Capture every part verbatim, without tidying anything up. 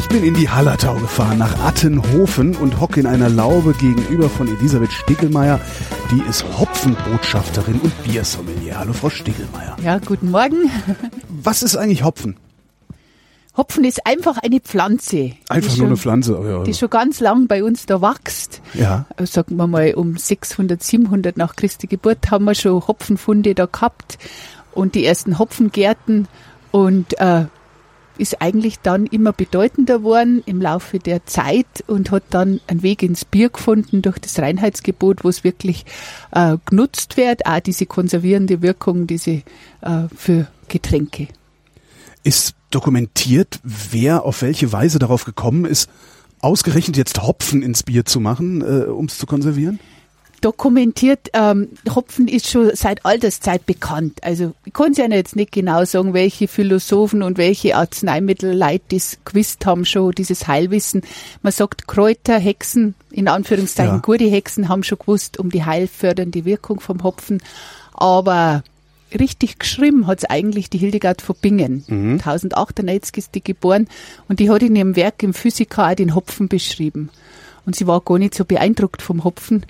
bin in die Hallertau gefahren, nach Attenhofen und hocke in einer Laube gegenüber von Elisabeth Stiegelmeier. Die ist Hopfenbotschafterin und Biersommelier. Hallo Frau Stiegelmeier. Ja, guten Morgen. Was ist eigentlich Hopfen? Hopfen ist einfach eine Pflanze. Einfach nur schon, eine Pflanze. Oh ja. Die schon ganz lang bei uns da wächst. Ja. Sagen wir mal um sechshundert, siebenhundert nach Christi Geburt haben wir schon Hopfenfunde da gehabt und die ersten Hopfengärten und äh, ist eigentlich dann immer bedeutender geworden im Laufe der Zeit und hat dann einen Weg ins Bier gefunden durch das Reinheitsgebot, wo es wirklich äh, genutzt wird, auch diese konservierende Wirkung, diese äh, für Getränke. Ist dokumentiert, wer auf welche Weise darauf gekommen ist, ausgerechnet jetzt Hopfen ins Bier zu machen, äh, um es zu konservieren? Dokumentiert, ähm, Hopfen ist schon seit Alterszeit bekannt. Also ich kann es ja jetzt nicht genau sagen, welche Philosophen und welche Arzneimittelleute das gewusst haben schon, dieses Heilwissen. Man sagt, Kräuter, Hexen, in Anführungszeichen ja. gute Hexen, haben schon gewusst um die heilfördernde Wirkung vom Hopfen. Aber richtig geschrieben hat es eigentlich die Hildegard von Bingen. Mhm. tausendachthundertneunzig ist die geboren und die hat in ihrem Werk im Physiker auch den Hopfen beschrieben. Und sie war gar nicht so beeindruckt vom Hopfen.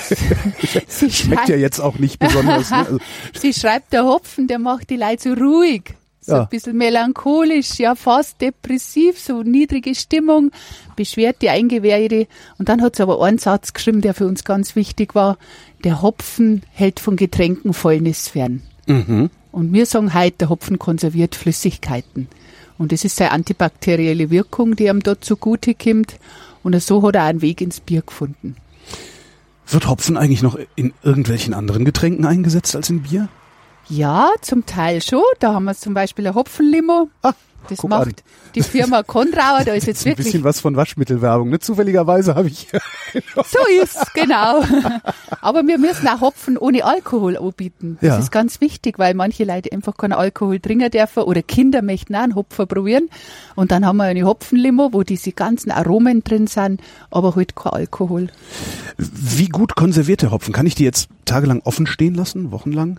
Sie schmeckt ja jetzt auch nicht besonders. Ne? Also sie schreibt, der Hopfen, der macht die Leute so ruhig, so ja. ein bisschen melancholisch, ja fast depressiv, so niedrige Stimmung, beschwert die Eingeweide. Und dann hat sie aber einen Satz geschrieben, der für uns ganz wichtig war. Der Hopfen hält von Getränken Fäulnis fern. Mhm. Und wir sagen heute, der Hopfen konserviert Flüssigkeiten. Und das ist seine antibakterielle Wirkung, die ihm dort zugute kommt. Und so hat er einen Weg ins Bier gefunden. Wird Hopfen eigentlich noch in irgendwelchen anderen Getränken eingesetzt als in Bier? Ja, zum Teil schon. Da haben wir zum Beispiel ein Hopfenlimo. Ah, das macht an. Die Firma Konrauer. Da ist jetzt das ist wirklich ein bisschen was von Waschmittelwerbung. Ne? Zufälligerweise habe ich... So ist's, genau. Aber wir müssen auch Hopfen ohne Alkohol anbieten. Das ja. ist ganz wichtig, weil manche Leute einfach keinen Alkohol trinken dürfen oder Kinder möchten auch einen Hopfen probieren. Und dann haben wir eine Hopfenlimo, wo diese ganzen Aromen drin sind, aber halt kein Alkohol. Wie gut konserviert der Hopfen? Kann ich die jetzt tagelang offen stehen lassen, wochenlang?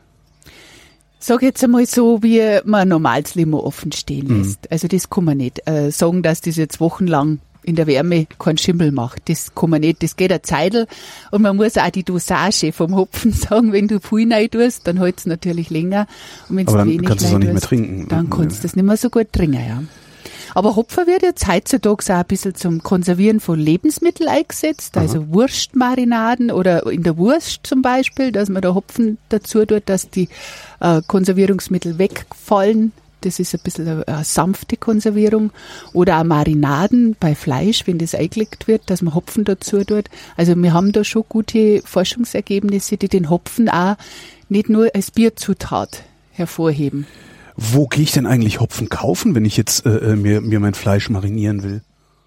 Sag jetzt einmal so, wie man ein normales Limo offen stehen lässt. Mhm. Also das kann man nicht äh, sagen, dass das jetzt wochenlang in der Wärme keinen Schimmel macht. Das kann man nicht. Das geht eine Zeitl. Und man muss auch die Dosage vom Hopfen sagen. Wenn du viel rein tust, dann hält es natürlich länger. Und wenn's aber dann wenig kannst du es auch nicht mehr trinken. Dann kannst du das nicht mehr so gut trinken, ja. Aber Hopfen wird jetzt heutzutage auch ein bisschen zum Konservieren von Lebensmitteln eingesetzt, also Aha. Wurstmarinaden oder in der Wurst zum Beispiel, dass man da Hopfen dazu tut, dass die äh, Konservierungsmittel wegfallen. Das ist ein bisschen eine, eine sanfte Konservierung. Oder auch Marinaden bei Fleisch, wenn das eingelegt wird, dass man Hopfen dazu tut. Also wir haben da schon gute Forschungsergebnisse, die den Hopfen auch nicht nur als Bierzutat hervorheben. Wo gehe ich denn eigentlich Hopfen kaufen, wenn ich jetzt äh, mir, mir mein Fleisch marinieren will?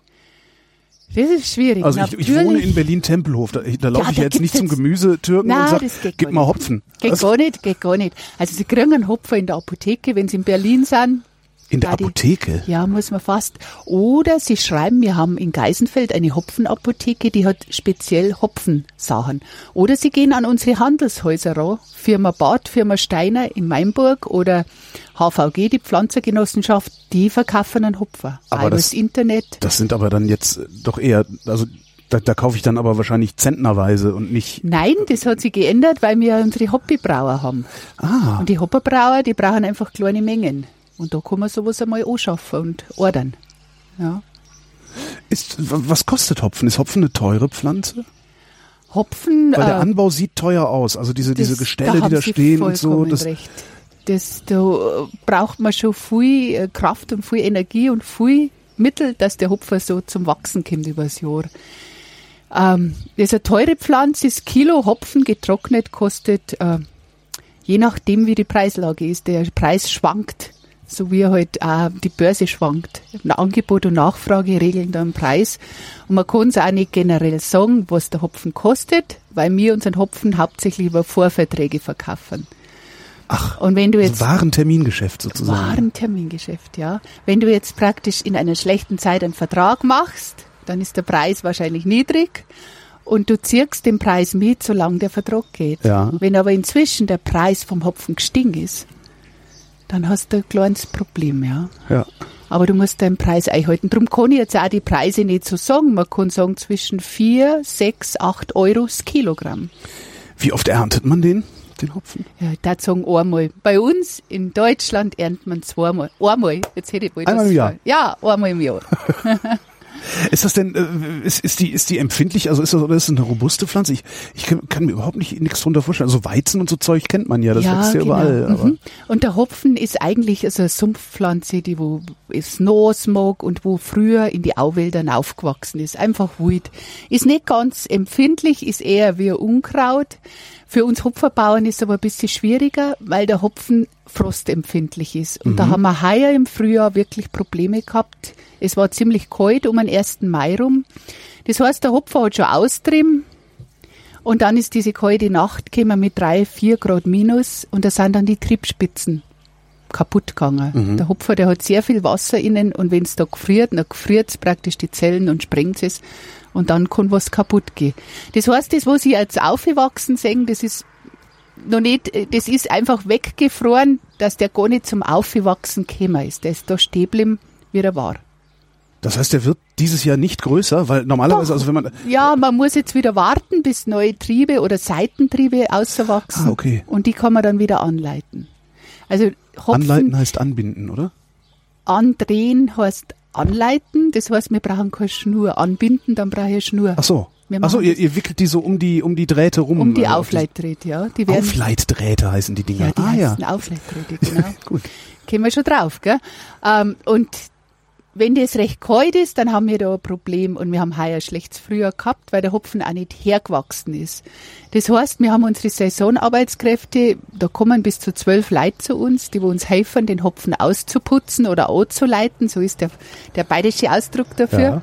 Das ist schwierig. Also ich, ich wohne in Berlin-Tempelhof, da, da laufe ja, ich ja jetzt nicht zum Gemüsetürken Nein, und sage, gib mal Hopfen. Geht also, gar nicht, geht gar nicht. Also Sie kriegen einen Hopfen in der Apotheke, wenn Sie in Berlin sind. In der Apotheke? Die, ja, muss man fast. Oder Sie schreiben, wir haben in Geisenfeld eine Hopfenapotheke, die hat speziell Hopfensachen. Oder Sie gehen an unsere Handelshäuser ran, Firma Barth, Firma Steiner in Mainburg oder H V G, die Pflanzergenossenschaft, die verkaufen einen Hopfer. Aber das, Internet. Das sind aber dann jetzt doch eher, also da, da kaufe ich dann aber wahrscheinlich zentnerweise und nicht... Nein, das hat sich geändert, weil wir unsere Hoppibrauer haben. Ah. Und die Hopperbrauer, die brauchen einfach kleine Mengen. Und da kann man sowas einmal anschaffen und ordern. Ja. Ist, was kostet Hopfen? Ist Hopfen eine teure Pflanze? Hopfen... Weil der äh, Anbau sieht teuer aus. Also diese, das, diese Gestelle, da die da Sie stehen und so. Das, recht. Das, da braucht man schon viel Kraft und viel Energie und viel Mittel, dass der Hopfer so zum Wachsen kommt übers Jahr. Ähm, das ist eine teure Pflanze. Das Kilo Hopfen getrocknet kostet, äh, je nachdem wie die Preislage ist, der Preis schwankt. So wie halt auch die Börse schwankt. Angebot und Nachfrage regeln da den Preis. Und man kann es auch nicht generell sagen, was der Hopfen kostet, weil wir unseren Hopfen hauptsächlich über Vorverträge verkaufen. Ach, und wenn du jetzt, also Warentermingeschäft sozusagen. Warentermingeschäft, ja. Wenn du jetzt praktisch in einer schlechten Zeit einen Vertrag machst, dann ist der Preis wahrscheinlich niedrig. Und du ziehst den Preis mit, solange der Vertrag geht. Ja. Wenn aber inzwischen der Preis vom Hopfen gestiegen ist, dann hast du ein kleines Problem, ja. Ja. Aber du musst deinen Preis einhalten. Darum kann ich jetzt auch die Preise nicht so sagen. Man kann sagen zwischen vier, sechs, acht Euro das Kilogramm. Wie oft erntet man den, den Hopfen? Ja, ich würde sagen einmal. Bei uns in Deutschland erntet man zweimal. Einmal. Jetzt hätte ich wohl Einmal das im Jahr? Fall. Ja, einmal im Jahr. Ist das denn, äh, ist, ist die, ist die empfindlich, also ist das, oder ist das eine robuste Pflanze? Ich, ich kann, kann mir überhaupt nicht nichts drunter vorstellen. Also Weizen und so Zeug kennt man ja, das ja, wächst ja genau. überall. Aber Mhm. Und der Hopfen ist eigentlich also eine Sumpfpflanze, die wo es nass mag und wo früher in die Auwäldern aufgewachsen ist. Einfach wild. Ist nicht ganz empfindlich, ist eher wie ein Unkraut. Für uns Hopferbauern ist es aber ein bisschen schwieriger, weil der Hopfen frostempfindlich ist. Und mhm. da haben wir heuer im Frühjahr wirklich Probleme gehabt. Es war ziemlich kalt um den ersten Mai rum. Das heißt, der Hopfer hat schon austrieben und dann ist diese kalte Nacht gekommen mit drei, vier Grad minus und da sind dann die Triebspitzen kaputt gegangen. Mhm. Der Hopfer, der hat sehr viel Wasser innen und wenn es da gefriert, dann gefriert es praktisch die Zellen und sprengt es und dann kann was kaputt gehen. Das heißt, das, was Sie jetzt aufgewachsen sehen, das ist noch nicht, das ist einfach weggefroren, dass der gar nicht zum Aufwachsen gekommen ist. Der ist da stehen geblieben, wie er war. Das heißt, der wird dieses Jahr nicht größer, weil normalerweise, Doch. also wenn man... Ja, man muss jetzt wieder warten, bis neue Triebe oder Seitentriebe auswachsen. Ah, okay. Und die kann man dann wieder anleiten. Also Hopfen Anleiten heißt anbinden, oder? andrehen heißt anleiten. Das heißt, wir brauchen keine Schnur. Anbinden, dann brauche ich eine Schnur. Ach so. Ach so, ihr, ihr wickelt die so um die, um die Drähte rum. Um die also Aufleitdrähte, ja. Die werden, Aufleitdrähte heißen die Dinger. ja, die ah, heißen ja. Aufleitdrähte, genau. Gut. Kommen wir schon drauf, gell? Ähm, und wenn das recht kalt ist, dann haben wir da ein Problem und wir haben heuer ein schlechtes Frühjahr gehabt, weil der Hopfen auch nicht hergewachsen ist. Das heißt, wir haben unsere Saisonarbeitskräfte, da kommen bis zu zwölf Leute zu uns, die uns helfen, den Hopfen auszuputzen oder anzuleiten, so ist der, der bayerische Ausdruck dafür. Ja.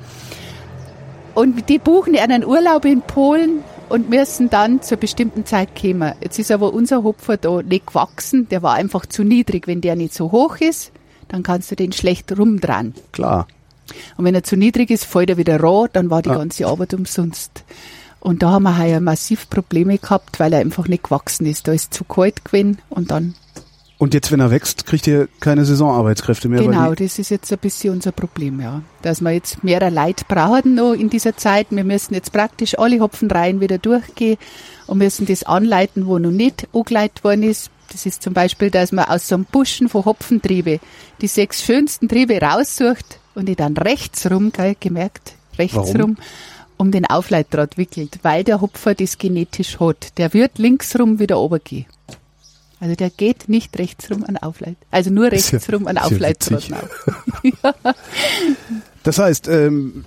Und die buchen einen Urlaub in Polen und müssen dann zur bestimmten Zeit kommen. Jetzt ist aber unser Hopfer da nicht gewachsen, der war einfach zu niedrig. Wenn der nicht so hoch ist, dann kannst du den schlecht rumdrehen. Klar. Und wenn er zu niedrig ist, fällt er wieder roh, dann war die Ja. ganze Arbeit umsonst. Und da haben wir heuer massiv Probleme gehabt, weil er einfach nicht gewachsen ist. Da ist zu kalt gewesen und dann... Und jetzt, wenn er wächst, kriegt ihr keine Saisonarbeitskräfte mehr? Genau, weil die das ist jetzt ein bisschen unser Problem, ja. Dass wir jetzt mehrere Leute brauchen noch in dieser Zeit. Wir müssen jetzt praktisch alle Hopfenreihen wieder durchgehen und müssen das anleiten, wo noch nicht angeleitet worden ist. Das ist zum Beispiel, dass man aus so einem Buschen von Hopfentriebe die sechs schönsten Triebe raussucht und die dann rechts rum, gell, gemerkt, rechts Warum? rum, um den Aufleitdraht wickelt, weil der Hopfer das genetisch hat. Der wird links rum wieder runtergehen. Also der geht nicht rechts rum an Aufleit, also nur rechts Ist ja- rum an ist ja Aufleitdraht witzig. auf. Das heißt, ähm,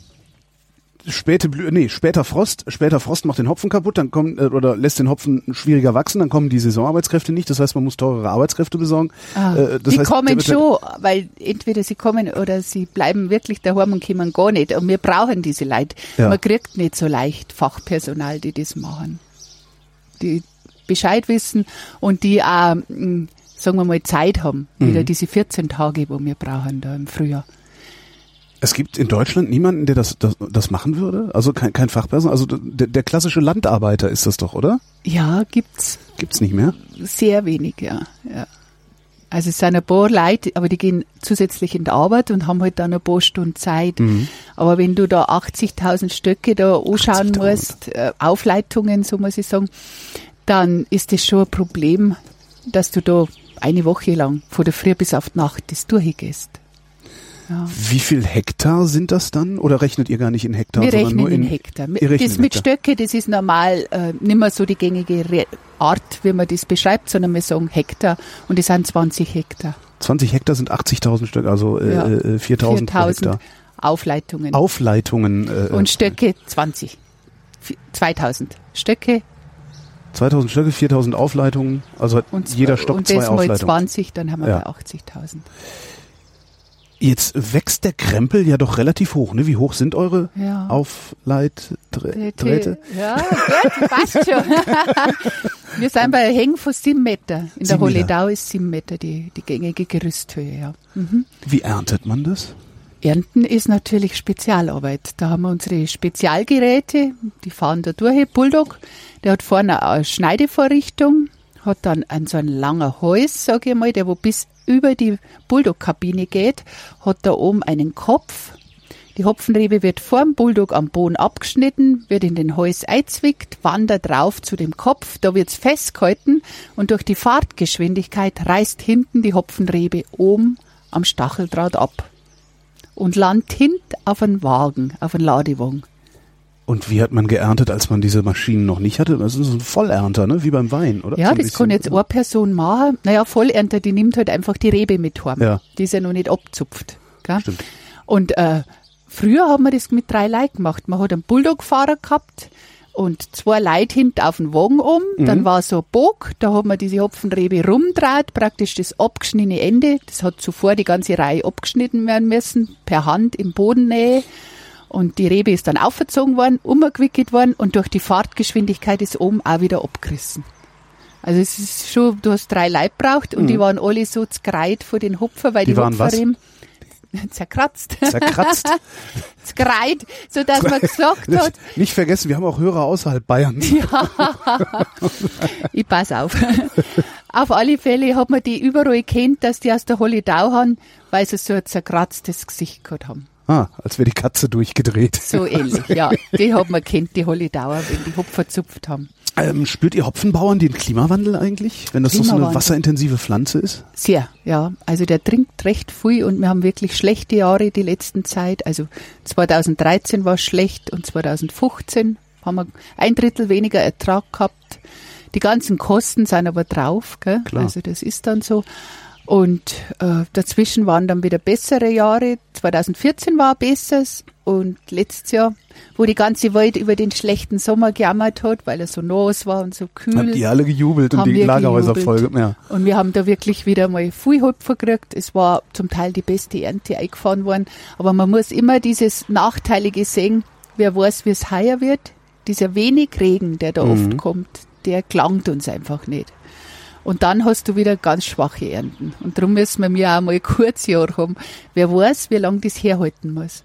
späte Blü nee, später Frost, später Frost macht den Hopfen kaputt, dann kommt äh, oder lässt den Hopfen schwieriger wachsen, dann kommen die Saisonarbeitskräfte nicht. Das heißt, man muss teurere Arbeitskräfte besorgen. Ah, Äh, das die heißt, der kommen wird- schon, weil entweder sie kommen oder sie bleiben wirklich daheim und kommen gar nicht. Und wir brauchen diese Leute. Ja. Man kriegt nicht so leicht Fachpersonal, die das machen. Die Bescheid wissen und die auch, mh, sagen wir mal, Zeit haben. Mhm. Wieder diese vierzehn Tage, wo wir brauchen da im Frühjahr. Es gibt in Deutschland niemanden, der das, das, das machen würde? Also kein, kein Fachpersonal? Also der, der klassische Landarbeiter ist das doch, oder? Ja, gibt's Gibt's nicht mehr? sehr wenig, ja. ja. Also es sind ein paar Leute, aber die gehen zusätzlich in die Arbeit und haben halt dann ein paar Stunden Zeit. Mhm. Aber wenn du da achtzigtausend Stöcke da anschauen achtzigtausend. musst, äh, Aufleitungen, so muss ich sagen, dann ist das schon ein Problem, dass du da eine Woche lang von der Früh bis auf die Nacht das durchgehst. Ja. Wie viel Hektar sind das dann? Oder rechnet ihr gar nicht in Hektar? Wir sondern rechnen nur in in Hektar. Ihr rechnet Das in mit Hektar. Stöcke, das ist normal äh, nicht mehr so die gängige Re Art, wie man das beschreibt, sondern wir sagen Hektar und das sind zwanzig Hektar. zwanzig Hektar sind achtzigtausend Stück, also äh, Ja. äh, viertausend pro viertausend Hektar. Aufleitungen. Aufleitungen. Äh, Und Stöcke zwanzig. V- zweitausend Stöcke zweitausend Stöcke, viertausend Aufleitungen, also hat und, jeder Stock und zwei das mal Aufleitungen. zwanzig, dann haben wir Ja. bei achtzigtausend. Jetzt wächst der Krempel ja doch relativ hoch, ne? Wie hoch sind eure Ja. Aufleitdrähte? Ja, gut, passt schon. Wir sind bei Hängen von sieben Meter. In der Sieben Meter. Holledau ist sieben Meter die, die gängige Gerüsthöhe, ja. Mhm. Wie erntet man das? Ernten ist natürlich Spezialarbeit. Da haben wir unsere Spezialgeräte, die fahren da durch. Bulldog, der hat vorne eine Schneidevorrichtung, hat dann einen, so einen langen Hals, sage ich mal, der wo bis über die Bulldog-Kabine geht, hat da oben einen Kopf. Die Hopfenrebe wird vorm Bulldog am Boden abgeschnitten, wird in den Hals eingezwickt, wandert rauf zu dem Kopf, da wird's festgehalten und durch die Fahrtgeschwindigkeit reißt hinten die Hopfenrebe oben am Stacheldraht ab und landet hinten auf einen Wagen, auf einen Ladewagen. Und wie hat man geerntet, als man diese Maschinen noch nicht hatte? Das ist so ein Vollernter, ne? Wie beim Wein, oder? Ja, so ein das kann jetzt eine Person machen. Naja, Vollernter, die nimmt halt einfach die Rebe mit heim. Ja. Die ist ja noch nicht abzupft. Gell? Stimmt. Und äh, früher haben wir das mit drei Leuten gemacht. Man hat einen Bulldog-Fahrer gehabt und zwei Leute hinten auf den Wagen um. Mhm. Dann war so ein Bog, da hat man diese Hopfenrebe rumgedreht, praktisch das abgeschnittene Ende. Das hat zuvor die ganze Reihe abgeschnitten werden müssen, per Hand in Bodennähe. Und die Rebe ist dann aufgezogen worden, umgewickelt worden und durch die Fahrtgeschwindigkeit ist oben auch wieder abgerissen. Also es ist schon, du hast drei Leute gebraucht und mhm. die waren alle so zerkreit vor den Hopfer, weil die, die Hopferreben zerkratzt. Zerkratzt. zerkreit, sodass man gesagt hat. Nicht vergessen, wir haben auch Hörer außerhalb Bayerns. Ja. Ich pass auf. Auf alle Fälle hat man die überall gekannt, dass die aus der Holledau haben, weil sie so ein zerkratztes Gesicht gehabt haben. Ah, als wäre die Katze durchgedreht. So ähnlich, ja. Die hat man kennt, die Holledauer, wenn die Hopfer zupft haben. Ähm, spürt ihr Hopfenbauern den Klimawandel eigentlich, wenn das doch so eine wasserintensive Pflanze ist? Sehr, ja. Also der trinkt recht viel und wir haben wirklich schlechte Jahre die letzten Zeit. Also zweitausenddreizehn war es schlecht und zweitausendfünfzehn haben wir ein Drittel weniger Ertrag gehabt. Die ganzen Kosten sind aber drauf, gell? Klar. Also das ist dann so. Und äh, dazwischen waren dann wieder bessere Jahre. zweitausendvierzehn war besseres und letztes Jahr, wo die ganze Welt über den schlechten Sommer gejammert hat, weil er so nass war und so kühl. Habt ihr alle gejubelt und die Lagerhäuser voll. Ja. Und wir haben da wirklich wieder mal viel Hopfer gekriegt. Es war zum Teil die beste Ernte eingefahren worden. Aber man muss immer dieses Nachteilige sehen. Wer weiß, wie es heuer wird. Dieser wenig Regen, der da mhm. oft kommt, der klangt uns einfach nicht. Und dann hast du wieder ganz schwache Ernten. Und darum müssen wir mir auch mal ein Kurzjahr haben. Wer weiß, wie lange das herhalten muss.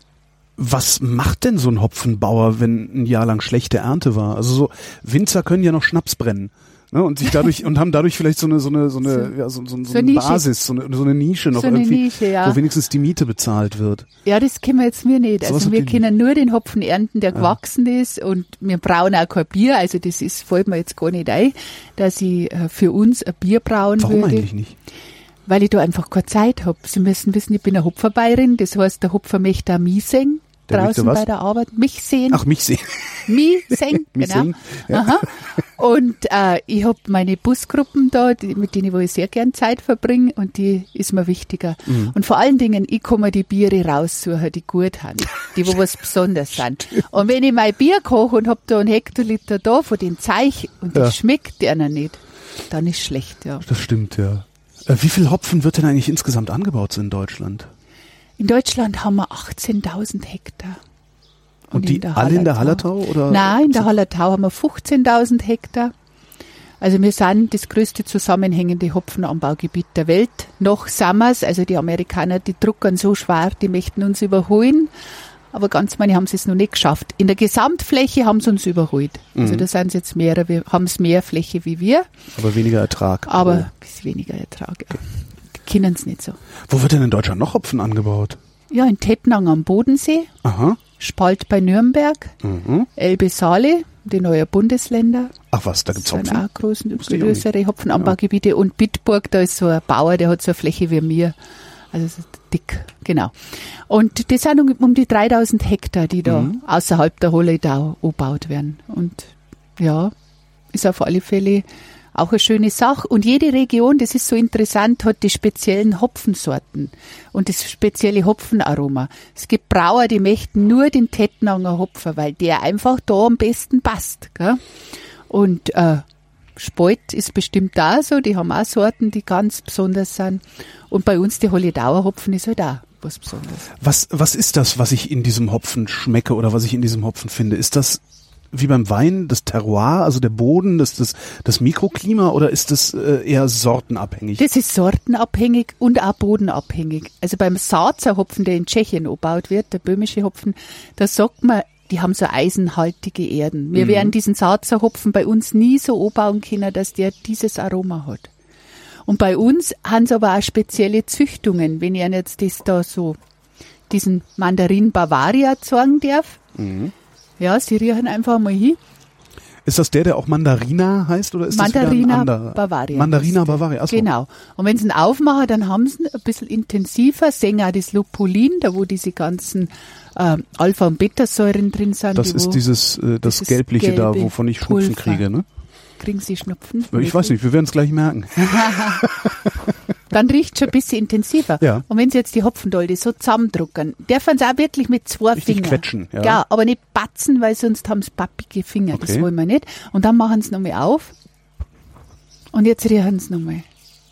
Was macht denn so ein Hopfenbauer, wenn ein Jahr lang schlechte Ernte war? Also so Winzer können ja noch Schnaps brennen. Ne, und sich dadurch und haben dadurch vielleicht so eine so eine so eine so, ja, so, so, so, so eine Nische. Basis, so eine, so eine Nische noch so eine irgendwie, Nische, ja. wo wenigstens die Miete bezahlt wird. Ja, das können wir jetzt mir nicht. So also wir können nur den Hopfen ernten, der ja. gewachsen ist und wir brauchen auch kein Bier. Also das ist fällt mir jetzt gar nicht ein, dass ich äh, für uns ein Bier brauen Warum würde. Warum eigentlich nicht? Weil ich da einfach keine Zeit habe. Sie müssen wissen, ich bin eine Hopferbayerin, das heißt, der Hopfer möchte auch mich singen. Draußen bei der Arbeit, mich sehen. Ach, mich sehen. Mich singen, genau. Ja. Aha. Und äh, ich habe meine Busgruppen da, die, mit denen wo ich sehr gern Zeit verbringe und die ist mir wichtiger. Mhm. Und vor allen Dingen, ich kann mir die Biere raussuchen, die gut sind, die wo was Besonderes sind. Und wenn ich mein Bier koche und habe da einen Hektoliter da von den Zeich und das ja. schmeckt einer nicht, dann ist schlecht, ja. Das stimmt, ja. Äh, wie viel Hopfen wird denn eigentlich insgesamt angebaut in Deutschland? In Deutschland haben wir achtzehntausend Hektar. Und, und die in alle in der Hallertau? Oder? Nein, in der Hallertau haben wir fünfzehntausend Hektar. Also wir sind das größte zusammenhängende Hopfenanbaugebiet der Welt. Noch Summers, also die Amerikaner, die druckern so schwer, die möchten uns überholen. Aber ganz meine haben sie es noch nicht geschafft. In der Gesamtfläche haben sie uns überholt. Mhm. Also da sind sie jetzt mehrere, wir haben es mehr Fläche wie wir. Aber weniger Ertrag. Aber ein bisschen weniger Ertrag, ja. Kennen es nicht so. Wo wird denn in Deutschland noch Hopfen angebaut? Ja, in Tettnang am Bodensee, Aha. Spalt bei Nürnberg, mhm. Elbe-Saale, die neuen Bundesländer. Ach was, da gibt's Hopfen? Das sind auch großen, größere Hopfenanbaugebiete. Ja. Und Bitburg, da ist so ein Bauer, der hat so eine Fläche wie mir. Also so dick, genau. Und das sind um, um die dreitausend Hektar, die da mhm. außerhalb der Holledau angebaut werden. Und ja, ist auf alle Fälle auch eine schöne Sache. Und jede Region, das ist so interessant, hat die speziellen Hopfensorten und das spezielle Hopfenaroma. Es gibt Brauer, die möchten nur den Tettnanger Hopfer, weil der einfach da am besten passt. Gell? Und äh, Spalt ist bestimmt da so, die haben auch Sorten, die ganz besonders sind. Und bei uns die Holledauer Hopfen ist halt auch was Besonderes. Was, was ist das, was ich in diesem Hopfen schmecke oder was ich in diesem Hopfen finde? Ist das wie beim Wein das Terroir, also der Boden, das, das, das Mikroklima oder ist das äh, eher sortenabhängig? Das ist sortenabhängig und auch bodenabhängig. Also beim Saazer Hopfen, der in Tschechien angebaut wird, der böhmische Hopfen, da sagt man, die haben so eisenhaltige Erden. Wir mhm. werden diesen Saazer Hopfen bei uns nie so anbauen können, dass der dieses Aroma hat. Und bei uns haben sie aber auch spezielle Züchtungen, wenn ich Ihnen jetzt das da so, diesen Mandarin Bavaria zeigen darf. Mhm. Ja, Sie riechen einfach mal hin. Ist das der, der auch Mandarina heißt, oder ist Mandarina das wieder ein anderer? Bavaria. Mandarina Bavaria, achso. Genau. Und wenn Sie ihn aufmachen, dann haben Sie ihn ein bisschen intensiver, sehen auch das Lupulin, da wo diese ganzen äh, Alpha- und Beta-Säuren drin sind. Das die ist wo, dieses, äh, das dieses Gelbliche da, gelbe wovon ich Schnupfen Pulver. kriege, ne? Kriegen Sie Schnupfen? Ich weiß nicht, wir werden es gleich merken. Dann riecht es schon ein bisschen intensiver. Ja. Und wenn Sie jetzt die Hopfendolde so zusammendrucken, dürfen Sie auch wirklich mit zwei Richtig Fingern. quetschen, ja. Ja, aber nicht batzen, weil sonst haben Sie pappige Finger. Okay. Das wollen wir nicht. Und dann machen Sie nochmal auf. Und jetzt riechen Sie nochmal.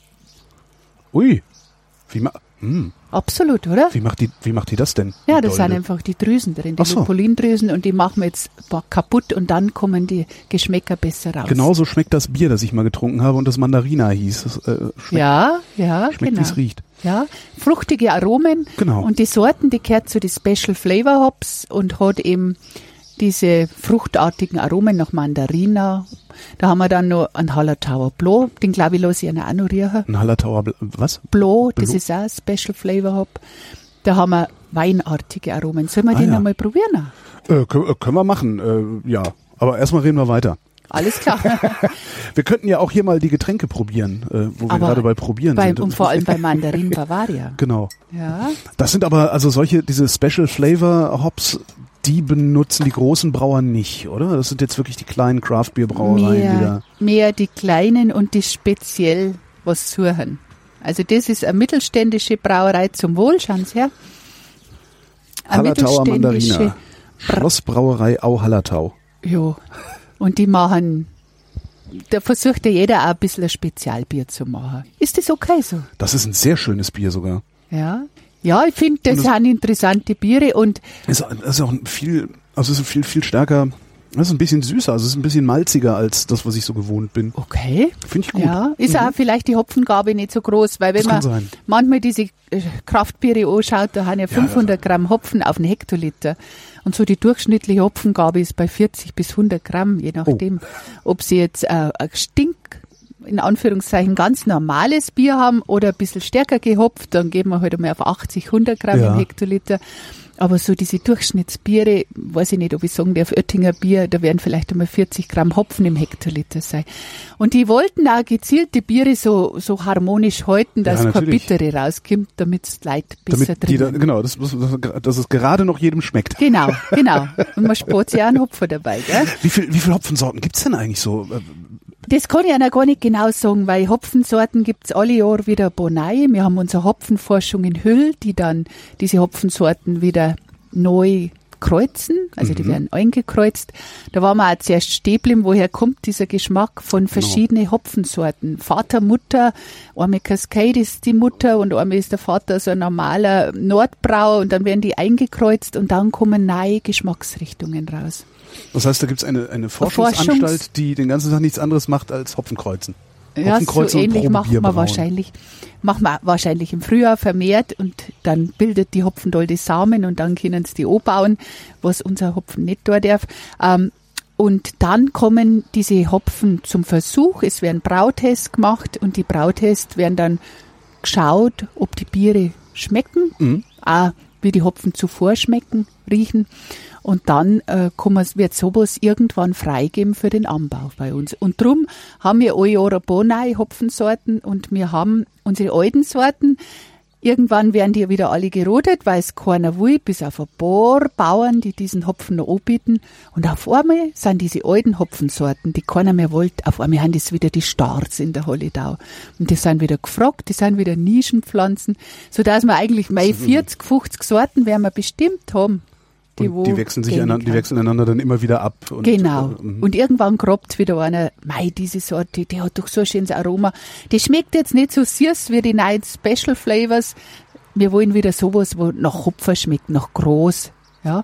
Ui, wie, ma hm. Absolut, oder? wie, macht die, wie macht die das denn? Ja, die das sind Dolde? einfach die Drüsen drin, die Ach so. Lupulindrüsen, und die machen wir jetzt kaputt und dann kommen die Geschmäcker besser raus. Genauso schmeckt das Bier, das ich mal getrunken habe und das Mandarina hieß. Das, äh, schmeckt, Ja, ja, schmeckt genau. wie es riecht. Ja, fruchtige Aromen. Genau. Und die Sorten, die gehört zu den Special Flavor Hops und hat eben diese fruchtartigen Aromen nach Mandarina. Da haben wir dann noch einen Hallertauer Blau, den glaube ich, lasse ich Ihnen auch noch riechen. Ein Hallertauer, Bl was? Blau, das Blau? ist auch ein Special Flavor Hop. Da haben wir weinartige Aromen. Sollen wir Ah, den ja. einmal probieren? Äh, können, können wir machen, äh, ja. Aber erstmal reden wir weiter. Alles klar. Wir könnten ja auch hier mal die Getränke probieren, äh, wo wir Aber gerade bei Probieren Bei, sind. und vor allem bei Mandarin Bavaria. Genau. Ja. Das sind aber, also solche, diese Special Flavor Hops, die benutzen die großen Brauer nicht, oder? Das sind jetzt wirklich die kleinen Craft Beer Brauereien, die Mehr, da. mehr die kleinen und die speziell was suchen. Also das ist eine mittelständische Brauerei, zum Wohl, schauen Sie her. Eine Hallertauer mittelständische Mandarina. Schlossbrauerei Au-Hallertau. Ja, und die machen, da versucht ja jeder auch ein bisschen ein Spezialbier zu machen. Ist das okay so? Das ist ein sehr schönes Bier sogar. Ja. Ja, ich finde, das Und das- sind interessante Biere und Ist, ist auch ein viel, also es ist viel, viel stärker, es ist ein bisschen süßer, also es ist ein bisschen malziger als das, was ich so gewohnt bin. okay. Finde ich gut. Ja, ist auch vielleicht die Hopfengabe nicht so groß, weil wenn Das kann man sein. manchmal diese äh, Kraftbiere anschaut, da haben ja fünfhundert Gramm Hopfen auf einen Hektoliter. Und so die durchschnittliche Hopfengabe ist bei vierzig bis hundert Gramm, je nachdem, ob sie jetzt äh, ein Stink, in Anführungszeichen ganz normales Bier haben oder ein bisschen stärker gehopft, dann gehen wir halt einmal auf achtzig, hundert Gramm Ja. im Hektoliter. Aber so diese Durchschnittsbiere, weiß ich nicht, ob ich sagen darf, Oettinger Bier, da werden vielleicht einmal vierzig Gramm Hopfen im Hektoliter sein. Und die wollten auch gezielt die Biere so, so harmonisch halten, dass Ja, kein natürlich. Bittere rauskommt, damit es die Leute besser Damit die da, trinken. genau, das, das, dass es gerade noch jedem schmeckt. Genau, genau. Und man spart sich auch einen Hopfer dabei, gell? Wie viel, wie viel Hopfensorten gibt's denn eigentlich so? Äh, Das kann ich Ihnen gar nicht genau sagen, weil Hopfensorten gibt's alle Jahr wieder ein paar neue. Wir haben unsere Hopfenforschung in Hüll, die dann diese Hopfensorten wieder neu kreuzen, also die werden eingekreuzt. Da waren wir auch zuerst stehen geblieben, woher kommt dieser Geschmack von verschiedenen Hopfensorten. Vater, Mutter, einmal Cascade ist die Mutter und einmal ist der Vater so ein normaler Nordbrauer und dann werden die eingekreuzt und dann kommen neue Geschmacksrichtungen raus. Das heißt, da gibt's eine, eine Forschungsanstalt, Forschungs- die den ganzen Tag nichts anderes macht als Hopfenkreuzen. Ja, so Hopfenkreuzen und ähnlich machen Probenbier wir brauen. wahrscheinlich, machen wir wahrscheinlich im Frühjahr vermehrt und dann bildet die Hopfendolde Samen und dann können sie die anbauen, was unser Hopfen nicht da darf. Ähm, und dann kommen diese Hopfen zum Versuch, es werden Brautests gemacht und die Brautests werden dann geschaut, ob die Biere schmecken, Mhm. auch wie die Hopfen zuvor schmecken, riechen. Und dann äh, kann man, wird sowas irgendwann freigeben für den Anbau bei uns. Und drum haben wir alle Jahre ein paar neue Hopfensorten und wir haben unsere alten Sorten. Irgendwann werden die wieder alle gerodet, weil es keiner will, bis auf ein paar Bauern, die diesen Hopfen noch anbieten. Und auf einmal sind diese alten Hopfensorten, die keiner mehr wollte, auf einmal haben das wieder die Stars in der Holledau. Und die sind wieder gefragt, die sind wieder Nischenpflanzen, sodass wir eigentlich mal vierzig, fünfzig Sorten werden wir bestimmt haben. Und wo die wechseln sich gehen einander, die kann. wechseln einander dann immer wieder ab. Und, Genau. äh, mhm. Und irgendwann grabt wieder einer, mei, diese Sorte, die hat doch so ein schönes Aroma. Die schmeckt jetzt nicht so süß wie die neuen Special Flavors. Wir wollen wieder sowas, wo nach Hopfer schmeckt, nach groß. Ja.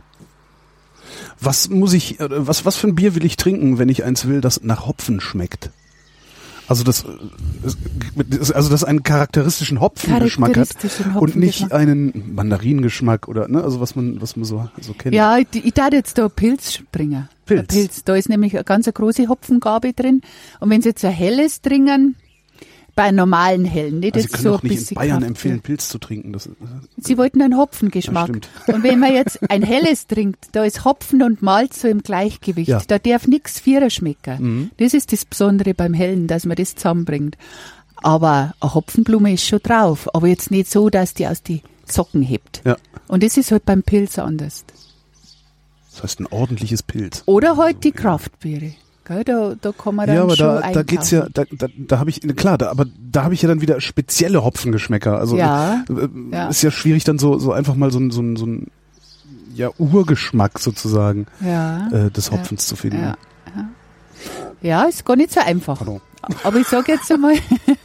Was muss ich, äh, was, was für ein Bier will ich trinken, wenn ich eins will, das nach Hopfen schmeckt? Also das, das also das einen charakteristischen Hopfengeschmack hat Charakteristischen und nicht Hopfengeschmack. einen Mandarinengeschmack oder ne, also was man was man so so kennt. Ja, ich, ich darf jetzt da Pilz bringen. Pilz. Ein Pilz. Da ist nämlich eine ganz große Hopfengabe drin. Und wenn Sie jetzt ein helles trinken, Bei normalen Hellen, nicht? Also Das Sie so können ein doch nicht in bisschen Bayern Kraft- empfehlen, Pilz zu trinken. Das, Sie wollten einen Hopfengeschmack. Ja, stimmt. Und wenn man jetzt ein helles trinkt, da ist Hopfen und Malz so im Gleichgewicht. Ja. Da darf nichts Vierer schmecken. Mhm. Das ist das Besondere beim Hellen, dass man das zusammenbringt. Aber eine Hopfenblume ist schon drauf. Aber jetzt nicht so, dass die aus die Socken hebt. Ja. Und das ist halt beim Pilz anders. Das heißt ein ordentliches Pilz. Oder halt die Kraftbiere. Gell, da, da kann man dann Ja, aber schon da, da einkaufen. geht's ja, da, da, da habe ich, klar, da, aber da habe ich ja dann wieder spezielle Hopfengeschmäcker. Also Ja, äh, ja. ist ja schwierig dann so, so einfach mal so ein, so ein, so ein ja, Urgeschmack sozusagen Ja. äh, des Hopfens zu finden. Ja, ja. ja, ist gar nicht so einfach. Pardon. Aber ich sage jetzt einmal,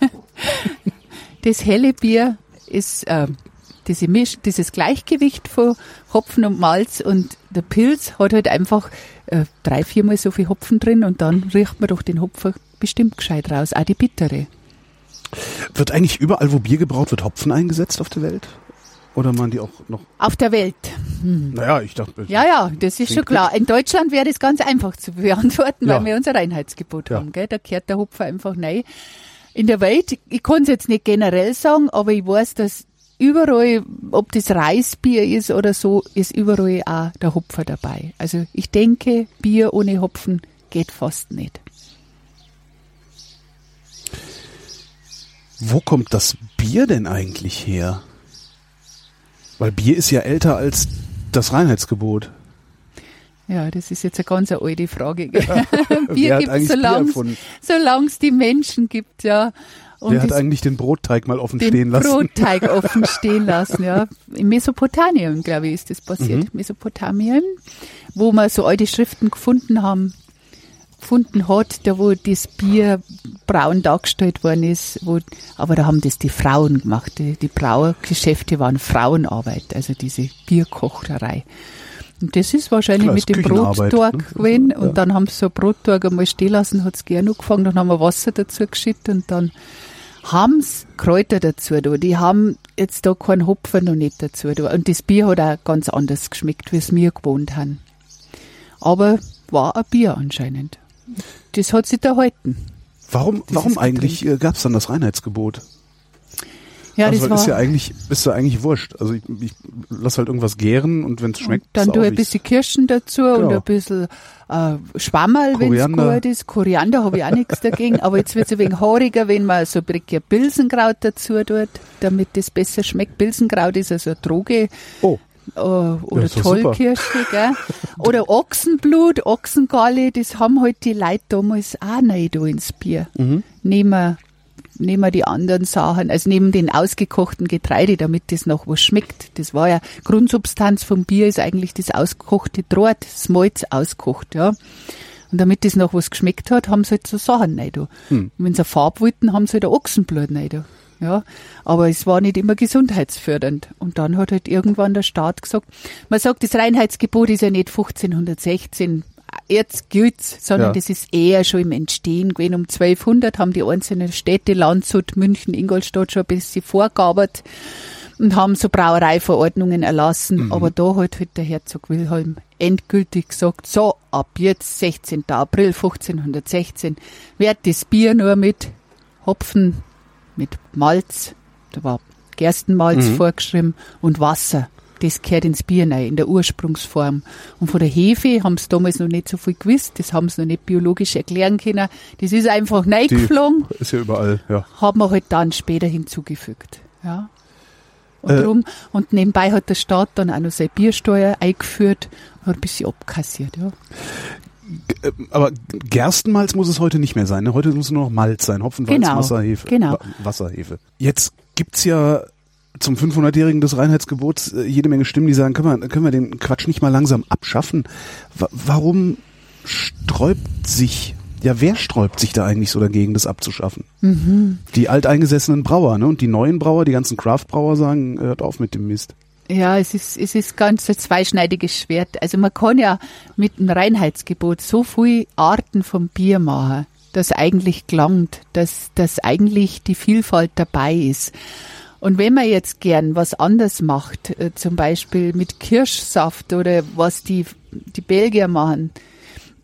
das helle Bier ist äh, diese Misch, dieses Gleichgewicht von Hopfen und Malz, und der Pilz hat halt einfach äh, drei, viermal so viel Hopfen drin, und dann riecht man doch den Hopfen bestimmt gescheit raus, auch die bittere. Wird eigentlich überall, wo Bier gebraut wird, Hopfen eingesetzt auf der Welt? Oder man die auch noch? Auf der Welt. Naja, ich dachte. Ja, ja, das ist Klingt schon klar. In Deutschland wäre das ganz einfach zu beantworten, Ja. weil wir unser Reinheitsgebot Ja. haben. Gell? Da gehört der Hopfen einfach rein. In der Welt, ich kann es jetzt nicht generell sagen, aber ich weiß, dass überall, ob das Reisbier ist oder so, ist überall auch der Hopfen dabei. Also ich denke, Bier ohne Hopfen geht fast nicht. Wo kommt das Bier denn eigentlich her? Weil Bier ist ja älter als das Reinheitsgebot. Ja, das ist jetzt eine ganz alte Frage. Gell? Wer Bier hat gibt eigentlich es, Bier solange erfunden? es die Menschen gibt, ja. Und Wer hat das- eigentlich den Brotteig mal offen den stehen lassen? Brotteig offen stehen lassen, ja. In Mesopotamien, glaube ich, ist das passiert. Mhm. Mesopotamien, wo wir so alte Schriften gefunden haben, gefunden hat, da wo das Bier braun dargestellt worden ist, wo, aber da haben das die Frauen gemacht. Die, die Brauergeschäfte waren Frauenarbeit, also diese Bierkocherei. Und das ist wahrscheinlich Klar, mit ist dem Küchenarbeit, Brotteig ne? gewesen. Und Ja. dann haben sie so ein Brotteig einmal stehen lassen, hat es gerne angefangen, dann haben wir Wasser dazu geschüttet und dann haben sie Kräuter dazu da. Die haben jetzt da keinen Hopfen noch nicht dazu da. Und das Bier hat auch ganz anders geschmeckt, wie es wir gewohnt haben. Aber war ein Bier anscheinend. Das hat sich erhalten. Warum, Dieses warum eigentlich Getränk. äh, gab es dann das Reinheitsgebot? Ja, also das weil war. ist ja eigentlich, ist ja eigentlich wurscht. Also ich, ich lass halt irgendwas gären und wenn es schmeckt, Dann sauf tue ein ich's. bisschen Kirschen dazu und Genau. ein bisschen äh, Schwammerl, wenn es Koriander. gut ist. Koriander habe ich auch nichts dagegen, aber jetzt wird es ein wenig haariger, wenn man so ein bisschen Pilsenkraut dazu tut, damit das besser schmeckt. Pilsenkraut ist also eine Droge. Oh, Äh, oder ist doch super. Tollkirsche, gell? Oder Ochsenblut, Ochsengalle, das haben halt die Leute damals auch rein da ins Bier. Mhm. Nehmen wir, nehmen wir die anderen Sachen, also neben den ausgekochten Getreide, damit das noch was schmeckt. Das war ja, Grundsubstanz vom Bier ist eigentlich das ausgekochte Draht, das Malz auskocht, ja. Und damit das noch was geschmeckt hat, haben sie halt so Sachen rein da. Hm. Und wenn sie eine Farbe wollten, haben sie halt ein Ochsenblut rein da. Ja, aber es war nicht immer gesundheitsfördernd. Und dann hat halt irgendwann der Staat gesagt, man sagt, das Reinheitsgebot ist ja nicht fünfzehnhundertsechzehn, jetzt gilt's, sondern Ja. das ist eher schon im Entstehen gewesen. Um zwölfhundert haben die einzelnen Städte, Landshut, München, Ingolstadt schon ein bisschen vorgearbeitet und haben so Brauereiverordnungen erlassen. Mhm. Aber da hat halt der Herzog Wilhelm endgültig gesagt, so, ab jetzt, sechzehnten April fünfzehnhundertsechzehn, wird das Bier nur mit Hopfen, mit Malz, da war Gerstenmalz Mhm. vorgeschrieben, und Wasser. Das gehört ins Bier rein, in der Ursprungsform. Und von der Hefe haben sie damals noch nicht so viel gewusst, das haben sie noch nicht biologisch erklären können. Das ist einfach reingeflogen, ist ja überall, ja. haben wir halt dann später hinzugefügt. Ja. Und, Äh. drum, und nebenbei hat der Staat dann auch noch seine Biersteuer eingeführt und hat ein bisschen abkassiert. Ja. Äh, Aber Gerstenmalz muss es heute nicht mehr sein. Ne? Heute muss es nur noch Malz sein. Hopfen, Weizen, Genau, Wasserhefe. genau. Wa- Wasserhefe. Jetzt gibt's ja zum fünfhundertjährigen des Reinheitsgebots äh, jede Menge Stimmen, die sagen, können wir, können wir den Quatsch nicht mal langsam abschaffen? Wa- warum sträubt sich, ja wer sträubt sich da eigentlich so dagegen, das abzuschaffen? Mhm. Die alteingesessenen Brauer, ne? Und die neuen Brauer, die ganzen Craft-Brauer sagen, hört auf mit dem Mist. Ja, es ist, es ist ganz ein zweischneidiges Schwert. Also man kann ja mit dem Reinheitsgebot so viele Arten vom Bier machen, dass eigentlich gelangt, dass, dass eigentlich die Vielfalt dabei ist. Und wenn man jetzt gern was anders macht, äh, zum Beispiel mit Kirschsaft oder was die, die Belgier machen,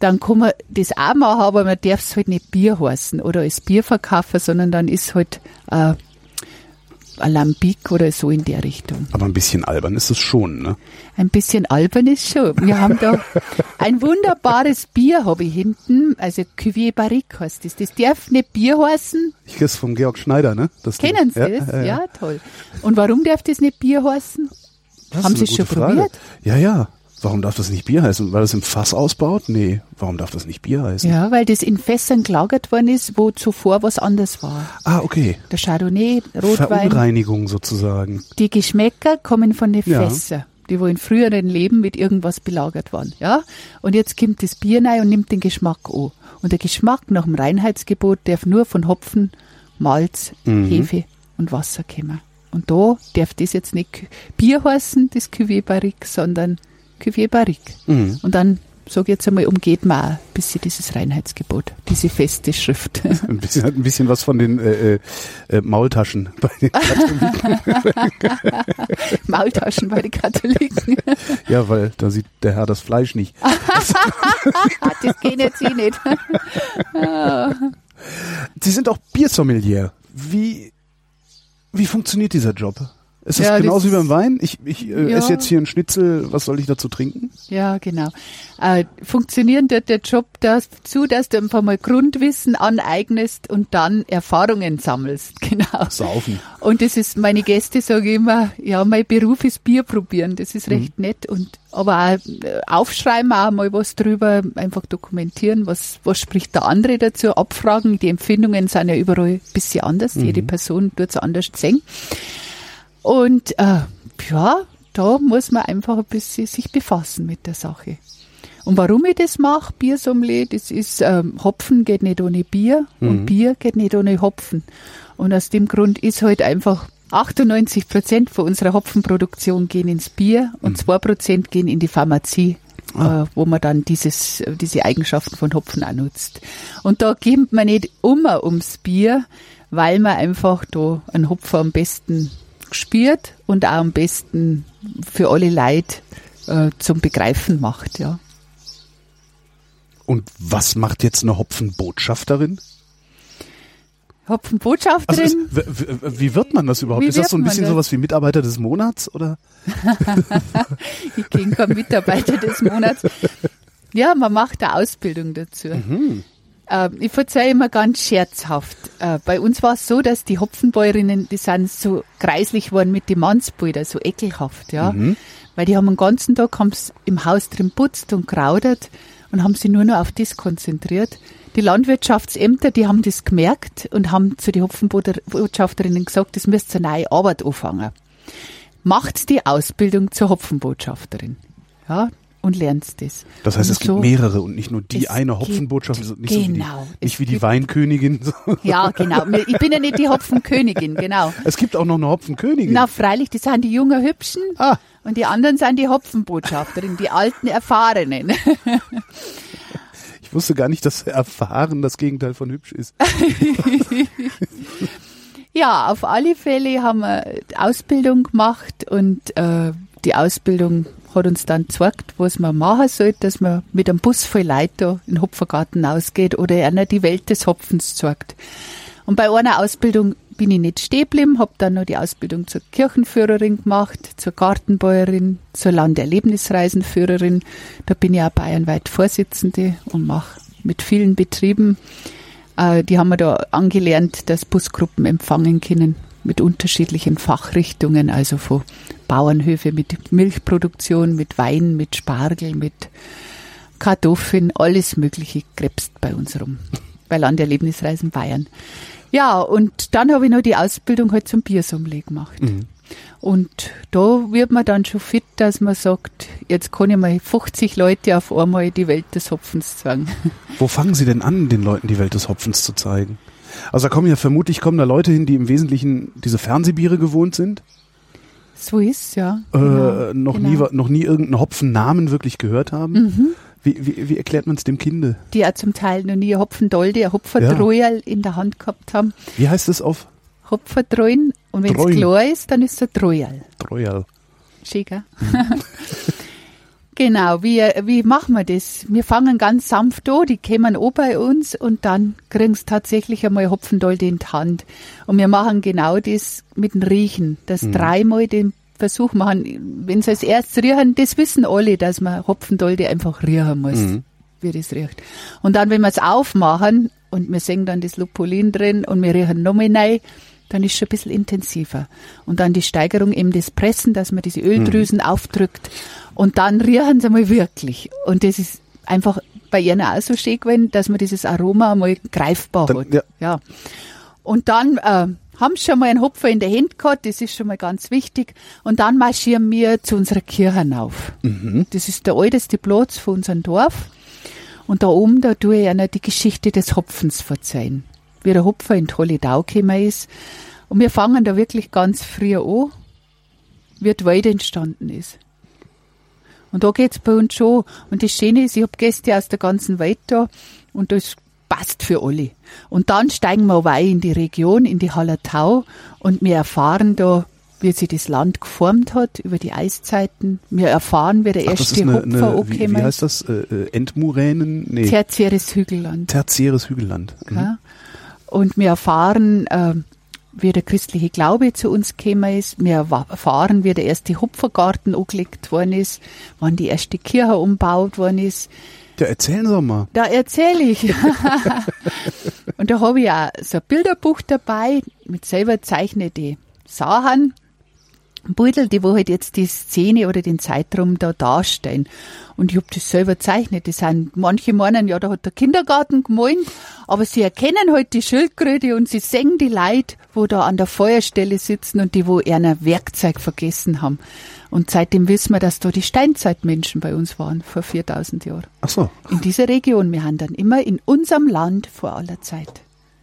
dann kann man das auch machen, aber man darf es halt nicht Bier heißen oder als Bier verkaufen, sondern dann ist halt äh, Alambic oder so in der Richtung. Aber ein bisschen albern ist es schon, ne? Ein bisschen albern ist schon. Wir haben da ein wunderbares Bier, habe ich hinten, also Cuvée Barrique heißt das. Das darf nicht Bier heißen. Ich kriege es vom Georg Schneider, ne? Das Kennen Sie ja, das? Ja, ja. ja, toll. Und warum darf das nicht Bier heißen? Das haben ist Sie eine es schon gute Frage. probiert? Ja, ja. Warum darf das nicht Bier heißen? Weil das im Fass ausbaut? Nee. Warum darf das nicht Bier heißen? Ja, weil das in Fässern gelagert worden ist, wo zuvor was anderes war. Ah, okay. Der Chardonnay, Rotwein. Verunreinigung sozusagen. Die Geschmäcker kommen von den Ja. Fässern, die wo in früheren Leben mit irgendwas belagert waren. Ja? Und jetzt kommt das Bier rein und nimmt den Geschmack an. Und der Geschmack nach dem Reinheitsgebot darf nur von Hopfen, Malz, Mhm. Hefe und Wasser kommen. Und da darf das jetzt nicht Bier heißen, das Cuvée Barrique, sondern Cuvée Barrique. Mhm. Und dann, sage ich jetzt einmal, umgeht man auch ein bisschen dieses Reinheitsgebot, diese feste Schrift. Ein bisschen, hat ein bisschen was von den äh, äh, äh, Maultaschen bei den Katholiken. Maultaschen bei den Katholiken. Ja, weil da sieht der Herr das Fleisch nicht. Das geht jetzt eh nicht. Sie sind auch Biersommelier. Wie, wie funktioniert dieser Job? Ist das Ja, das genauso wie ist- beim Wein? Ich, ich äh, Ja. esse jetzt hier einen Schnitzel, was soll ich dazu trinken? Ja, genau. Äh, funktionieren tut der Job dazu, dass du einfach mal Grundwissen aneignest und dann Erfahrungen sammelst. Genau. Saufen. Und das ist, meine Gäste sagen immer, ja, mein Beruf ist Bier probieren. Das ist recht Mhm. nett. Und, aber auch äh, aufschreiben, auch mal was drüber, einfach dokumentieren, was, was spricht der andere dazu, abfragen. Die Empfindungen sind ja überall ein bisschen anders. Mhm. Jede Person tut es anders sehen. Und äh, ja, da muss man einfach ein bisschen sich befassen mit der Sache. Und warum ich das mache, Biersommelier, das ist, ähm, Hopfen geht nicht ohne Bier und Mhm. Bier geht nicht ohne Hopfen. Und aus dem Grund ist halt einfach achtundneunzig Prozent von unserer Hopfenproduktion gehen ins Bier und zwei Prozent gehen in die Pharmazie, Ah. äh, wo man dann dieses, diese Eigenschaften von Hopfen auch nutzt. Und da geht man nicht immer ums Bier, weil man einfach da einen Hopfen am besten spürt und auch am besten für alle Leute äh, zum Begreifen macht, ja. Und was macht jetzt eine Hopfenbotschafterin? Also Hopfenbotschafterin, ist, w- w- wie wird man das überhaupt? Wie Ist das so ein wird man bisschen das? sowas wie Mitarbeiter des Monats oder? ich bin kein Mitarbeiter des Monats. Ja, man macht eine Ausbildung dazu. Mhm. Äh, ich verzeihe immer ganz scherzhaft. Äh, bei uns war es so, dass die Hopfenbäuerinnen, die sind so kreislich geworden mit den Mannsbilder, so ekelhaft, ja. Mhm. Weil die haben den ganzen Tag haben's im Haus drin putzt und kraudert und haben sich nur noch auf das konzentriert. Die Landwirtschaftsämter, die haben das gemerkt und haben zu den Hopfenbotschafterinnen gesagt, das müsst ihr eine neue Arbeit anfangen. Macht die Ausbildung zur Hopfenbotschafterin. Ja, und lernt das. Das heißt, Und es gibt so- mehrere und nicht nur die Es eine gibt- Hopfenbotschaft, also nicht so wie die, genau, es nicht wie die gibt- Weinkönigin. So. Ja, genau. Mir- Ich bin ja nicht die Hopfenkönigin, genau. Es gibt auch noch eine Hopfenkönigin. Na, freilich, das sind die jungen Hübschen Ah. und die anderen sind die Hopfenbotschafterinnen, die alten Erfahrenen. Ich wusste gar nicht, dass erfahren das Gegenteil von hübsch ist. Ja, auf alle Fälle haben wir die Ausbildung gemacht und äh, die Ausbildung hat uns dann gezeigt, was man machen sollte, dass man mit einem Bus voll Leute da in den Hopfergarten ausgeht oder einer die Welt des Hopfens zeigt. Und bei einer Ausbildung bin ich nicht stehen geblieben, habe dann noch die Ausbildung zur Kirchenführerin gemacht, zur Gartenbäuerin, zur Landerlebnisreisenführerin. Da bin ich auch bayernweit Vorsitzende und mache mit vielen Betrieben. Äh, die haben wir da angelernt, dass Busgruppen empfangen können mit unterschiedlichen Fachrichtungen, also von Bauernhöfe mit Milchproduktion, mit Wein, mit Spargel, mit Kartoffeln, alles Mögliche krebst bei uns rum, bei Landerlebnisreisen Bayern. Ja, und dann habe ich noch die Ausbildung halt zum Biersommelier gemacht. Mhm. Und da wird man dann schon fit, dass man sagt, jetzt kann ich mal fünfzig Leute auf einmal die Welt des Hopfens zeigen. Wo fangen Sie denn an, den Leuten die Welt des Hopfens zu zeigen? Also da kommen ja vermutlich kommen da Leute hin, die im Wesentlichen diese Fernsehbiere gewohnt sind, So ist ja. äh, Genau, noch, genau. nie, wa- noch nie irgendeinen Hopfennamen wirklich gehört haben. Mhm. Wie, wie, wie erklärt man es dem Kinde? Die ja zum Teil noch nie ein Hopfendolde, ein Hopferdreuerl in der Hand gehabt haben. Wie heißt es auf Hopferdreuen. Und wenn es Dreuen. klar ist, dann ist es ein Dreuerl. Treuerl? Schön, gell? genau. Wie, wie machen wir das? Wir fangen ganz sanft an, die kommen an bei uns und dann kriegen sie tatsächlich einmal Hopfendolde in die Hand. Und wir machen genau das mit dem Riechen, dass mhm. dreimal den Versuch machen. Wenn sie als erstes riechen, das wissen alle, dass man Hopfendolde einfach riechen muss, mhm. wie das riecht. Und dann, wenn wir es aufmachen und wir sehen dann das Lupulin drin und wir riechen nochmal rein, dann ist es schon ein bisschen intensiver. Und dann die Steigerung eben das Pressen, dass man diese Öldrüsen mhm. aufdrückt. Und dann riechen sie mal wirklich. Und das ist einfach bei ihnen auch so schön gewesen, dass man dieses Aroma mal greifbar dann, hat. Ja. ja. Und dann äh, haben sie schon mal einen Hopfer in der Hand gehabt, das ist schon mal ganz wichtig. Und dann marschieren wir zu unserer Kirche hinauf. Mhm. Das ist der älteste Platz von unserem Dorf. Und da oben, da tue ich ihnen die Geschichte des Hopfens verzeihen. Wie der Hopfer in Tolledau gekommen ist. Und wir fangen da wirklich ganz früh an, wie die Welt entstanden ist. Und da geht's bei uns schon. Und das Schöne ist, ich habe Gäste aus der ganzen Welt da und das passt für alle. Und dann steigen wir aber auch in die Region, in die Hallertau und wir erfahren da, wie sich das Land geformt hat über die Eiszeiten. Wir erfahren, wie der Ach, erste eine, Hopfer eine, wie, wie heißt das? Äh, Endmuränen? Nee. Tertiäres Hügelland. Tertiäres Hügelland. Mhm. Ja. Und wir erfahren, äh, wie der christliche Glaube zu uns gekommen ist. Wir erfahren, wie der erste Hopfergarten angelegt worden ist, wann die erste Kirche umgebaut worden ist. Ja, erzählen Sie mal. Da erzähle ich. Und da habe ich auch so ein Bilderbuch dabei mit selber zeichnete Sachen, Beutel, die wo halt jetzt die Szene oder den Zeitraum da darstellen. Und ich habe das selber gezeichnet. Das sind, manche meinen, ja, da hat der Kindergarten gemalt, aber sie erkennen halt die Schildkröte und sie sehen die Leute, wo da an der Feuerstelle sitzen und die, wo ihr Werkzeug vergessen haben. Und seitdem wissen wir, dass da die Steinzeitmenschen bei uns waren, vor viertausend Jahren. Ach so. In dieser Region. Wir haben dann immer in unserem Land vor aller Zeit.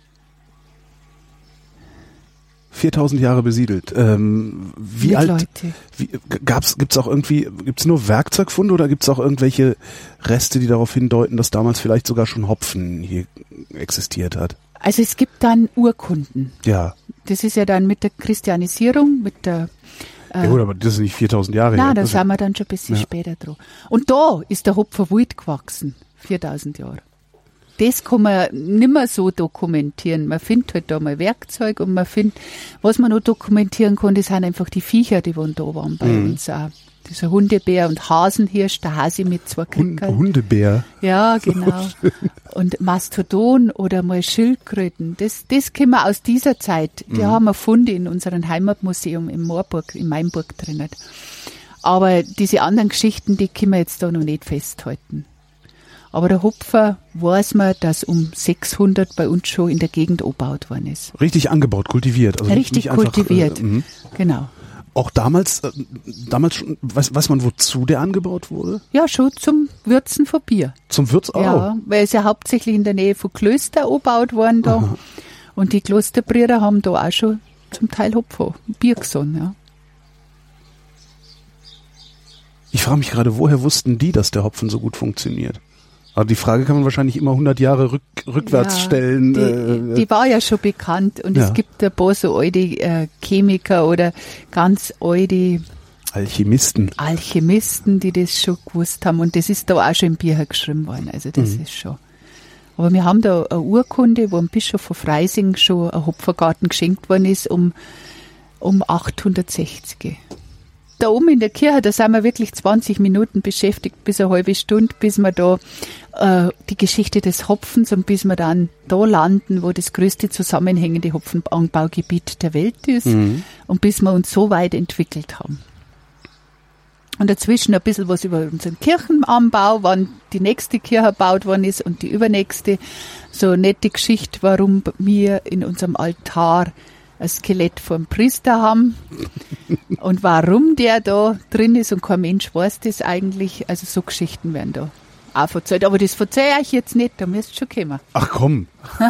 viertausend Jahre besiedelt. Ähm, wie Mit alt? Leute. Wie, gab's, gibt's auch irgendwie, gibt's nur Werkzeugfunde oder gibt's auch irgendwelche Reste, die darauf hindeuten, dass damals vielleicht sogar schon Hopfen hier existiert hat? Also es gibt dann Urkunden. Ja. Das ist ja dann mit der Christianisierung, mit der Ja gut, aber das ist nicht viertausend Jahre her. Nein, da sind wir dann schon ein bisschen ja. später dran. Und da ist der Hopfer wild gewachsen, viertausend Jahre. Das kann man nicht mehr so dokumentieren. Man findet halt da mal Werkzeug und man findet, was man noch dokumentieren kann, das sind einfach die Viecher, die da waren bei mhm. uns auch. Dieser Hundebär und Hasenhirsch, der Hase mit zwei Krickeln. Hundebär? Ja, genau. So und Mastodon oder mal Schildkröten, das, das können wir aus dieser Zeit. Die mhm. haben wir Funde in unserem Heimatmuseum in Moorburg, in Mainburg drinnen. Aber diese anderen Geschichten, die können wir jetzt da noch nicht festhalten. Aber der Hopfer weiß man, dass um sechshundert bei uns schon in der Gegend angebaut worden ist. Richtig angebaut, kultiviert. Also Richtig nicht einfach, kultiviert, äh, genau. Auch damals, äh, damals schon, weiß, weiß man, wozu der angebaut wurde? Ja, schon zum Würzen von Bier. Zum Würzen auch? Ja, weil es ja hauptsächlich in der Nähe von Klöster angebaut worden da. Aha. Und die Klosterbrüder haben da auch schon zum Teil Hopfer, Bier gesonnen, ja. Ich frage mich gerade, woher wussten die, dass der Hopfen so gut funktioniert? Aber die Frage kann man wahrscheinlich immer hundert Jahre rück, rückwärts ja, stellen. Die, äh, die war ja schon bekannt und ja. es gibt ein paar so alte äh, Chemiker oder ganz alte Alchemisten. Alchemisten, die das schon gewusst haben. Und das ist da auch schon im Bier geschrieben worden. Also das mhm. ist schon. Aber wir haben da eine Urkunde, wo ein Bischof von Freising schon ein Hopfergarten geschenkt worden ist um, um achthundertsechzig. Da oben in der Kirche, da sind wir wirklich zwanzig Minuten beschäftigt, bis eine halbe Stunde, bis wir da äh, die Geschichte des Hopfens und bis wir dann da landen, wo das größte zusammenhängende Hopfenanbaugebiet der Welt ist mhm. und bis wir uns so weit entwickelt haben. Und dazwischen ein bisschen was über unseren Kirchenanbau, wann die nächste Kirche gebaut worden ist und die übernächste. So eine nette Geschichte, warum wir in unserem Altar ein Skelett vom Priester haben und warum der da drin ist und kein Mensch weiß das eigentlich. Also so Geschichten werden da auch erzählt. Aber das verzeihe ich jetzt nicht, da müsst ihr schon kommen. Ach komm.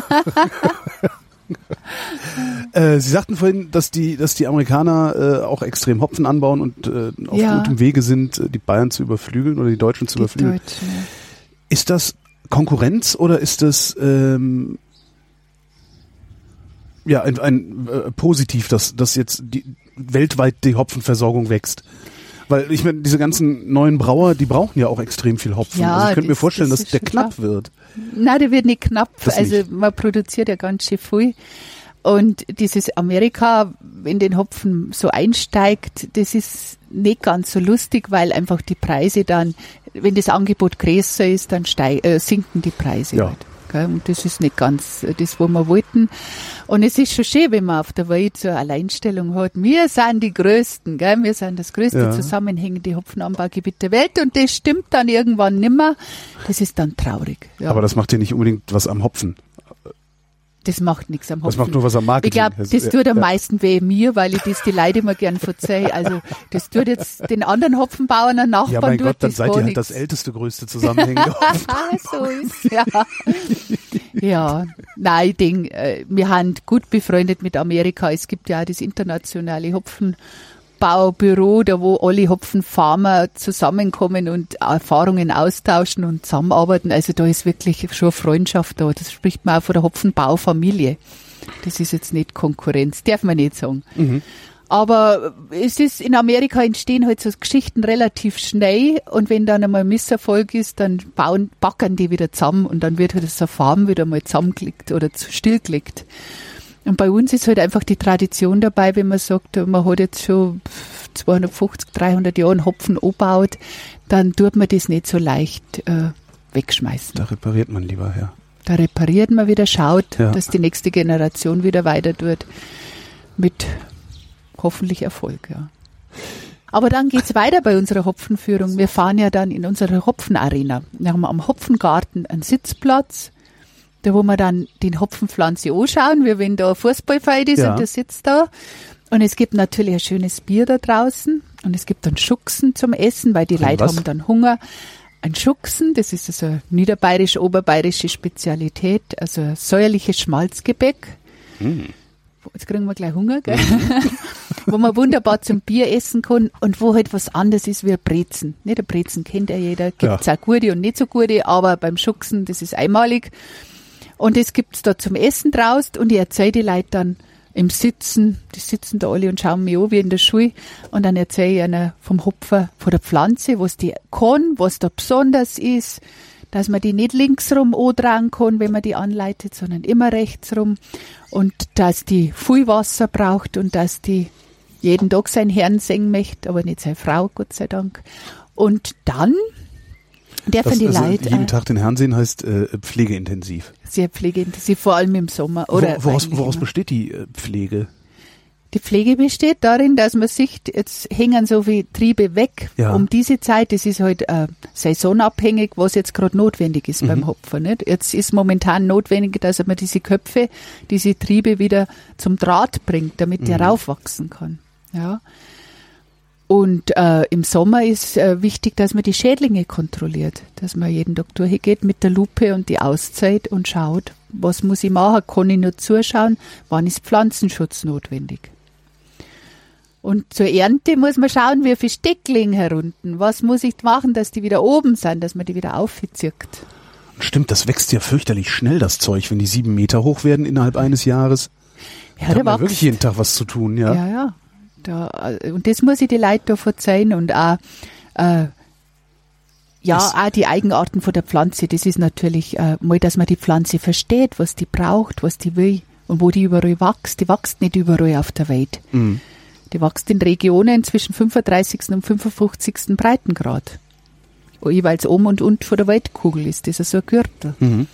äh, Sie sagten vorhin, dass die, dass die Amerikaner äh, auch extrem Hopfen anbauen und äh, auf ja. gutem Wege sind, die Bayern zu überflügeln oder die Deutschen zu die überflügeln. Deutschen, ja. Ist das Konkurrenz oder ist das ähm, ja ein, ein äh, positiv, dass, dass jetzt die, weltweit die Hopfenversorgung wächst? Weil ich meine, diese ganzen neuen Brauer, die brauchen ja auch extrem viel Hopfen. Ja, also ich könnte mir das- vorstellen, das dass ist der schon knapp klar. wird. Nein, der wird nicht knapp. Das also nicht. man produziert ja ganz schön viel. Und dieses Amerika, wenn den Hopfen so einsteigt, das ist nicht ganz so lustig, weil einfach die Preise dann, wenn das Angebot größer ist, dann steig, äh, sinken die Preise Ja. halt. Gell? Und das ist nicht ganz äh, das, was wir wollten. Und es ist schon schön, wenn man auf der Welt so eine Alleinstellung hat. Wir sind die Größten, gell? Wir sind das größte Ja. zusammenhängende Hopfenanbaugebiet der Welt und das stimmt dann irgendwann nimmer. Das ist dann traurig. Ja. Aber das macht ja nicht unbedingt was am Hopfen. Das macht nichts am Hopfen. Das macht nur was am Marketing. Ich glaube, das tut am meisten weh mir, weil ich das die Leute immer gern verzeihe. Also das tut jetzt den anderen Hopfenbauern und Nachbarn Ja, mein tut Gott, dann das seid gar ihr halt nichts. das älteste, größte zusammenhängende Hopfen. Ah, so ist ja. Ja, nein, ich denke, äh, wir sind gut befreundet mit Amerika. Es gibt ja auch das internationale Hopfenbaubüro, da wo alle Hopfenfarmer zusammenkommen und Erfahrungen austauschen und zusammenarbeiten. Also da ist wirklich schon eine Freundschaft da. Das spricht man auch von der Hopfenbaufamilie. Das ist jetzt nicht Konkurrenz, darf man nicht sagen. Mhm. Aber es ist, in Amerika entstehen halt so Geschichten relativ schnell und wenn dann einmal ein Misserfolg ist, dann bauen, backern die wieder zusammen und dann wird halt so eine Farm wieder mal zusammengelegt oder zu- stillgelegt. Und bei uns ist halt einfach die Tradition dabei, wenn man sagt, man hat jetzt schon zweihundertfünfzig, dreihundert Jahre einen Hopfen angebaut, dann tut man das nicht so leicht äh, wegschmeißen. Da repariert man lieber, ja. Da repariert man wieder, schaut, Ja. dass die nächste Generation wieder weiter tut. Mit hoffentlich Erfolg, ja. Aber dann geht's weiter bei unserer Hopfenführung. Wir fahren ja dann in unsere Hopfenarena. Wir haben am Hopfengarten einen Sitzplatz, da wo wir dann den Hopfenpflanze anschauen, wie wenn da ein Fußballfeld ist Ja. und der sitzt da. Und es gibt natürlich ein schönes Bier da draußen und es gibt dann Schuxen zum Essen, weil die Ein Leute was? haben dann Hunger. Ein Schuxen, das ist also eine niederbayerisch-oberbayerische Spezialität, also ein säuerliches Schmalzgebäck. Jetzt kriegen wir gleich Hunger, gell? Wo man wunderbar zum Bier essen kann und wo halt was anderes ist wie ein Brezen. Nicht, ein Brezen kennt ja jeder, gibt's Ja. auch gute und nicht so gute, aber beim Schuxen, das ist einmalig. Und das gibt's da zum Essen draus und ich erzähle die Leute dann im Sitzen, die sitzen da alle und schauen mich an wie in der Schule und dann erzähle ich ihnen vom Hopfen, von der Pflanze, was die kann, was da besonders ist, dass man die nicht linksrum antragen kann, wenn man die anleitet, sondern immer rechtsrum und dass die viel Wasser braucht und dass die jeden Tag seinen Herrn singen möchte, aber nicht seine Frau, Gott sei Dank. Und dann dürfen Das, die also Leute jeden äh, Tag den Herrn sehen heißt äh, pflegeintensiv. sehr pflegeintensiv, vor allem im Sommer. Oder Wo, woraus eigentlich woraus immer. besteht die äh, Pflege? Die Pflege besteht darin, dass man sieht, jetzt hängen so viele Triebe weg Ja. um diese Zeit. Das ist halt äh, saisonabhängig, was jetzt gerade notwendig ist Mhm. beim Hopfen. Nicht? Jetzt ist momentan notwendig, dass man diese Köpfe, diese Triebe wieder zum Draht bringt, damit der Mhm. raufwachsen kann. Ja. Und äh, im Sommer ist äh, wichtig, dass man die Schädlinge kontrolliert, dass man jeden Tag durchgeht mit der Lupe und die Auszeit und schaut, was muss ich machen, kann ich nur zuschauen, wann ist Pflanzenschutz notwendig. Und zur Ernte muss man schauen, wie viel Stecklinge herunten, was muss ich machen, dass die wieder oben sind, dass man die wieder aufzieht. Stimmt, das wächst ja fürchterlich schnell, das Zeug, wenn die sieben Meter hoch werden innerhalb eines Jahres. Ja, Da hat der man wächst. wirklich jeden Tag was zu tun, ja. Ja, ja. Da, äh, und das muss ich die Leute da verzeihen und auch, äh, ja, Das- auch die Eigenarten von der Pflanze. Das ist natürlich äh, mal, dass man die Pflanze versteht, was die braucht, was die will und wo die überall wächst. Die wächst nicht überall auf der Welt. Mhm. Die wächst in Regionen zwischen fünfunddreißigsten und fünfundfünfzigsten Breitengrad. Jeweils oben und unten von der Weltkugel ist das so ein Gürtel. Mhm.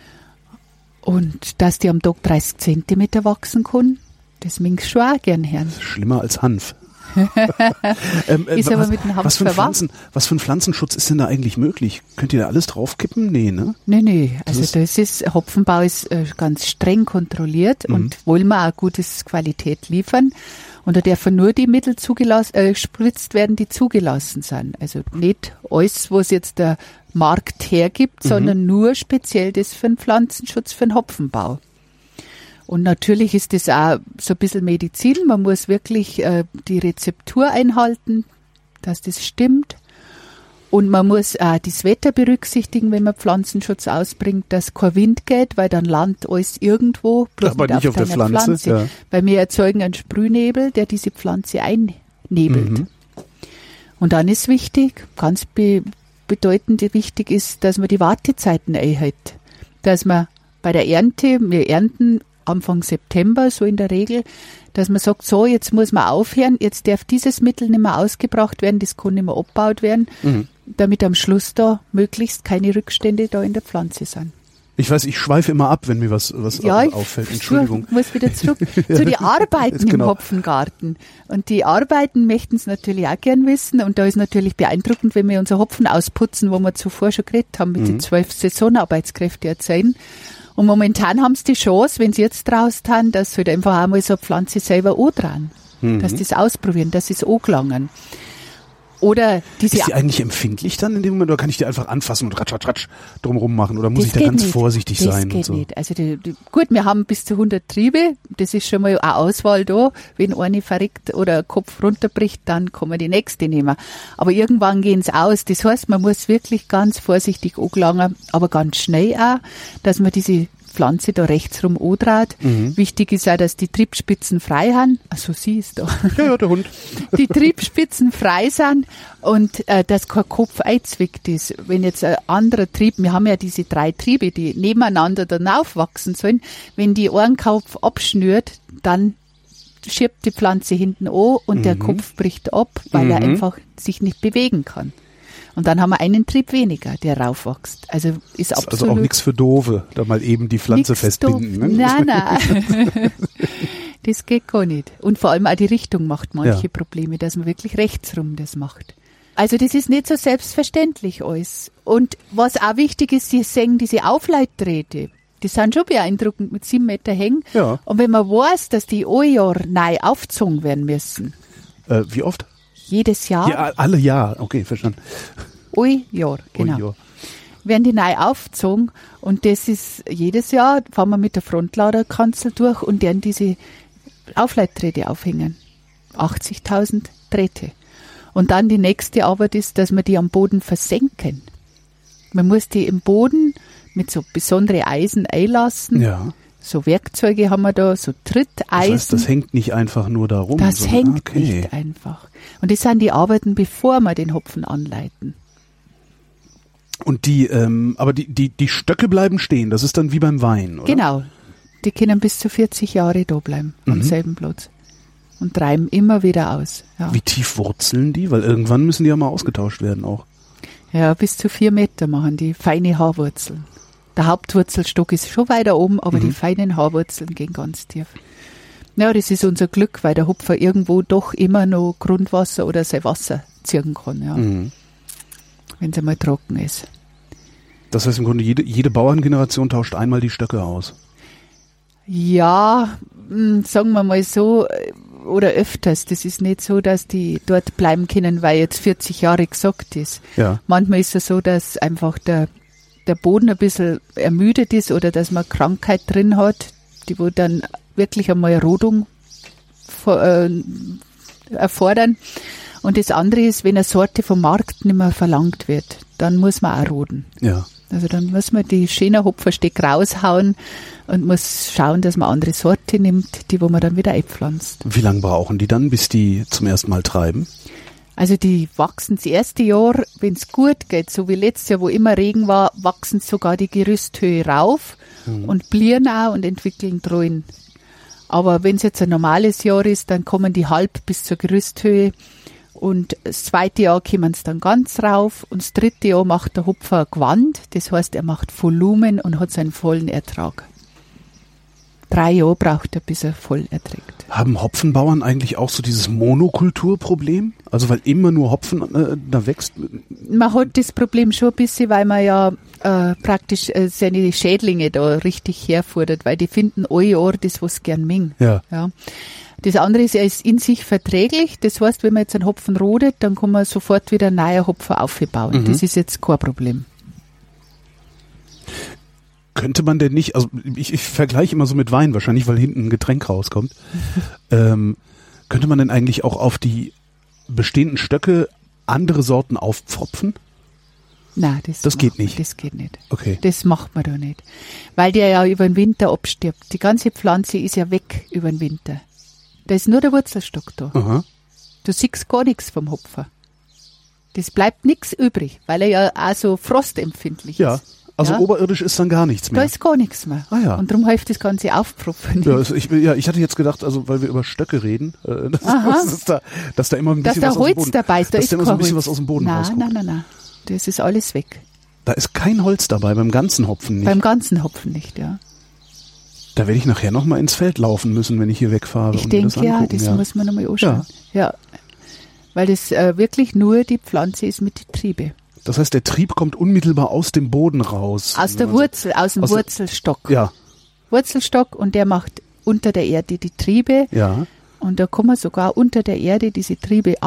Und dass die am Tag dreißig Zentimeter wachsen kann, das minks schon auch gern hören. Schlimmer als Hanf. ähm, äh, Ist aber was, mit dem Hanf was für ein verwandt. Pflanzen, was für ein Pflanzenschutz ist denn da eigentlich möglich? Könnt ihr da alles draufkippen? Nee, ne? Nee, nee, also Das das ist, Hopfenbau ist äh, ganz streng kontrolliert Mhm. und wollen wir auch gutes Qualität liefern. Und da dürfen nur die Mittel zugelassen, äh, gespritzt werden, die zugelassen sind. Also nicht alles, was jetzt der Markt hergibt, Mhm. sondern nur speziell das für den Pflanzenschutz, für den Hopfenbau. Und natürlich ist das auch so ein bisschen Medizin. Man muss wirklich äh, die Rezeptur einhalten, dass das stimmt. Und man muss auch das Wetter berücksichtigen, wenn man Pflanzenschutz ausbringt, dass kein Wind geht, weil dann landet alles irgendwo, bloß Aber nicht auf der deiner Pflanze, ja. Weil wir erzeugen einen Sprühnebel, der diese Pflanze einnebelt. Mhm. Und dann ist wichtig, ganz be- bedeutend wichtig ist, dass man die Wartezeiten einhält. Dass man bei der Ernte, wir ernten Anfang September, so in der Regel, dass man sagt, so, jetzt muss man aufhören, jetzt darf dieses Mittel nicht mehr ausgebracht werden, das kann nicht mehr abgebaut werden, mhm. damit am Schluss da möglichst keine Rückstände da in der Pflanze sind. Ich weiß, ich schweife immer ab, wenn mir was, was ja, auffällt. Entschuldigung. Ich muss wieder zurück zu den Arbeiten genau. im Hopfengarten. Und die Arbeiten möchten es natürlich auch gern wissen. Und da ist natürlich beeindruckend, wenn wir unser Hopfen ausputzen, wo wir zuvor schon geredet haben, mit mhm. den zwölf Saisonarbeitskräften erzählen. Und momentan haben sie die Chance, wenn sie jetzt draus haben, dass sie halt einfach einmal so eine Pflanze selber antragen. Mhm. Dass sie das ausprobieren, dass sie es angelangen. Oder diese ist die eigentlich empfindlich dann in dem Moment, oder kann ich die einfach anfassen und ratsch, ratsch, ratsch drumherum machen, oder muss ich da ganz nicht. vorsichtig das sein? Das geht und so? nicht. Also die, die, gut, wir haben bis zu hundert Triebe, das ist schon mal eine Auswahl da. Wenn eine verrickt oder ein Kopf runterbricht, dann kann man die nächste nehmen. Aber irgendwann gehen es aus. Das heißt, man muss wirklich ganz vorsichtig angelangen, aber ganz schnell auch, dass man diese Pflanze da rechtsrum andreht. Mhm. Wichtig ist auch, dass die Triebspitzen frei haben. Also sie ist da. Ja, ja, der Hund. Die Triebspitzen frei sind und äh, dass kein Kopf einzwickt ist. Wenn jetzt ein anderer Trieb, wir haben ja diese drei Triebe, die nebeneinander dann aufwachsen sollen, wenn die einen Kopf abschnürt, dann schiebt die Pflanze hinten an und mhm. der Kopf bricht ab, weil mhm. er einfach sich nicht bewegen kann. Und dann haben wir einen Trieb weniger, der raufwächst. Also ist, ist absolut. Also auch nichts für Doofe, da mal eben die Pflanze festbinden. Ne? Nein, nein. Das geht gar nicht. Und vor allem auch die Richtung macht manche ja. Probleme, dass man wirklich rechtsrum das macht. Also das ist nicht so selbstverständlich alles. Und was auch wichtig ist, Sie sehen diese Aufleitdrähte. Die sind schon beeindruckend mit sieben Meter Hängen. Ja. Und wenn man weiß, dass die ein Jahr neu aufgezogen werden müssen. Äh, wie oft? Jedes Jahr. Ja, alle Jahr. Okay, verstanden. Ein Jahr, genau. Ein Jahr. Werden die neu aufgezogen und das ist jedes Jahr, fahren wir mit der Frontladerkanzel durch und werden diese Aufleitdrähte aufhängen. achtzigtausend Drähte. Und dann die nächste Arbeit ist, dass wir die am Boden versenken. Man muss die im Boden mit so besondere Eisen einlassen. Ja. So Werkzeuge haben wir da, so Tritteisen. Das heißt, das hängt nicht einfach nur da rum. Das sondern, hängt okay. nicht einfach. Und das sind die Arbeiten, bevor wir den Hopfen anleiten. Und die, ähm, aber die, die, die Stöcke bleiben stehen, das ist dann wie beim Wein, oder? Genau. Die können bis zu vierzig Jahre da bleiben, mhm. am selben Platz. Und treiben immer wieder aus. Ja. Wie tief wurzeln die? Weil irgendwann müssen die ja mal ausgetauscht werden auch. Ja, bis zu vier Meter machen die feine Haarwurzeln. Der Hauptwurzelstock ist schon weiter oben, aber mhm. die feinen Haarwurzeln gehen ganz tief. Ja, das ist unser Glück, weil der Hopfer irgendwo doch immer noch Grundwasser oder sein Wasser ziehen kann, ja. Mhm. Wenn es einmal trocken ist. Das heißt im Grunde, jede, jede Bauerngeneration tauscht einmal die Stöcke aus? Ja, sagen wir mal so, oder öfters. Das ist nicht so, dass die dort bleiben können, weil jetzt vierzig Jahre gesagt ist. Ja. Manchmal ist es so, dass einfach der der Boden ein bisschen ermüdet ist oder dass man Krankheit drin hat, die wo dann wirklich einmal Rodung äh, erfordern. Und das andere ist, wenn eine Sorte vom Markt nicht mehr verlangt wird, dann muss man auch roden. Ja. Also dann muss man die schönen Hopferstecke raushauen und muss schauen, dass man andere Sorte nimmt, die wo man dann wieder einpflanzt. Wie lange brauchen die dann, bis die zum ersten Mal treiben? Also die wachsen das erste Jahr, wenn es gut geht, so wie letztes Jahr, wo immer Regen war, wachsen sogar die Gerüsthöhe rauf mhm. und blieren auch und entwickeln Treuen. Aber wenn es jetzt ein normales Jahr ist, dann kommen die halb bis zur Gerüsthöhe und das zweite Jahr kommen sie dann ganz rauf und das dritte Jahr macht der Hopfer ein Gewand, das heißt, er macht Volumen und hat seinen vollen Ertrag. Drei Jahre braucht er, bis er voll erträgt. Haben Hopfenbauern eigentlich auch so dieses Monokulturproblem? Also weil immer nur Hopfen äh, da wächst? Man hat das Problem schon ein bisschen, weil man ja äh, praktisch äh, seine Schädlinge da richtig herfordert, weil die finden ein Jahr das, was gern mengen. Ja. Ja. Das andere ist, er ist in sich verträglich. Das heißt, wenn man jetzt einen Hopfen rodet, dann kann man sofort wieder einen neuen Hopfen aufbauen. Mhm. Das ist jetzt kein Problem. Könnte man denn nicht, also ich, ich vergleiche immer so mit Wein wahrscheinlich, weil hinten ein Getränk rauskommt, ähm, könnte man denn eigentlich auch auf die bestehenden Stöcke andere Sorten aufpfropfen? Nein, das, das geht nicht. Das geht nicht. Okay. Das macht man da nicht. Weil der ja über den Winter abstirbt. Die ganze Pflanze ist ja weg über den Winter. Da ist nur der Wurzelstock da. Aha. Du siehst gar nichts vom Hopfer. Das bleibt nichts übrig, weil er ja auch so frostempfindlich Ja. ist. Also Ja. oberirdisch ist dann gar nichts Da mehr. ist gar nichts mehr. Ah, ja. Und darum hilft das Ganze aufpropfen. Ja, also ich, ja, ich hatte jetzt gedacht, also weil wir über Stöcke reden, äh, dass, Aha. dass, da, dass da immer ein Dass bisschen da was aus dem Holz Boden, dabei ist, da dass ist da immer so ein kein bisschen Holz. was aus dem Boden Nein, rauskommt. nein, nein, nein. Das ist alles weg. Da ist kein Holz dabei, beim ganzen Hopfen nicht. Beim ganzen Hopfen nicht, ja. Da werde ich nachher nochmal ins Feld laufen müssen, wenn ich hier wegfahre. Ich und mir denke, das ja, angucken, das ja. muss man nochmal anschauen. Ja. Weil das äh, wirklich nur die Pflanze ist mit den Triebe. Das heißt, der Trieb kommt unmittelbar aus dem Boden raus. Aus der Wenn man so- Wurzel, aus dem aus der- Wurzelstock. Ja, Wurzelstock und der macht unter der Erde die Triebe. ja. Und da kann man sogar unter der Erde diese Triebe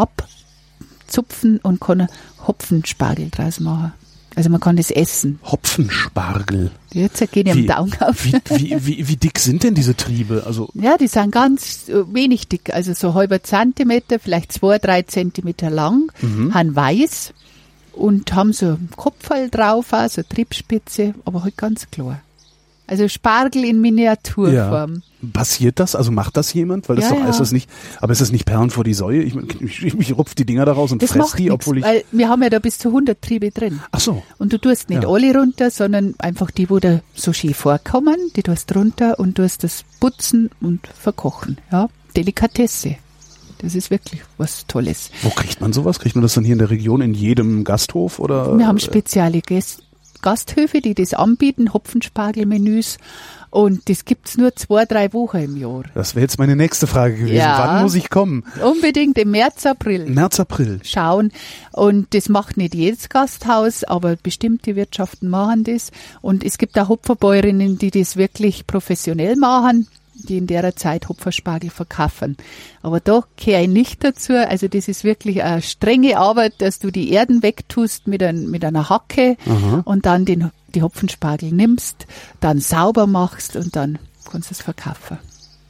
abzupfen und kann einen Hopfenspargel draus machen. Also man kann das essen. Hopfenspargel. Jetzt gehen die am Wie, Daumen auf. wie, wie, wie, wie dick sind denn diese Triebe? Also Ja, die sind ganz äh, wenig dick, also so halber Zentimeter, vielleicht zwei, drei Zentimeter lang, Mhm. haben weiß und haben so ein Kopfhall drauf, auch, so eine Triebspitze, aber halt ganz klar. Also Spargel in Miniaturform. passiert das? Also macht das jemand? Weil das Ja, doch, ja. ist das nicht, aber ist das nicht Perlen vor die Säue? Ich, ich, ich, ich rupf die Dinger da raus und Das fress macht die, nichts, obwohl ich. weil wir haben ja da bis zu hundert Triebe drin. Ach so. Und du tust nicht Ja. alle runter, sondern einfach die, wo da so schön vorkommen, die tust runter und tust das putzen und verkochen. Ja, Delikatesse. Das ist wirklich was Tolles. Wo kriegt man sowas? Kriegt man das dann hier in der Region in jedem Gasthof oder? Wir haben spezielle Gäst Gasthöfe, die das anbieten, Hopfenspargelmenüs. Und das gibt's nur zwei, drei Wochen im Jahr. Das wäre jetzt meine nächste Frage gewesen. Ja. Wann muss ich kommen? Unbedingt im März, April März, April. schauen. Und das macht nicht jedes Gasthaus, aber bestimmte Wirtschaften machen das. Und es gibt auch Hopferbäuerinnen, die das wirklich professionell machen, die in der Zeit Hopferspargel verkaufen. Aber da gehöre ich nicht dazu. Also das ist wirklich eine strenge Arbeit, dass du die Erden wegtust mit, ein, mit einer Hacke Aha. und dann den, die Hopfenspargel nimmst, dann sauber machst und dann kannst du es verkaufen.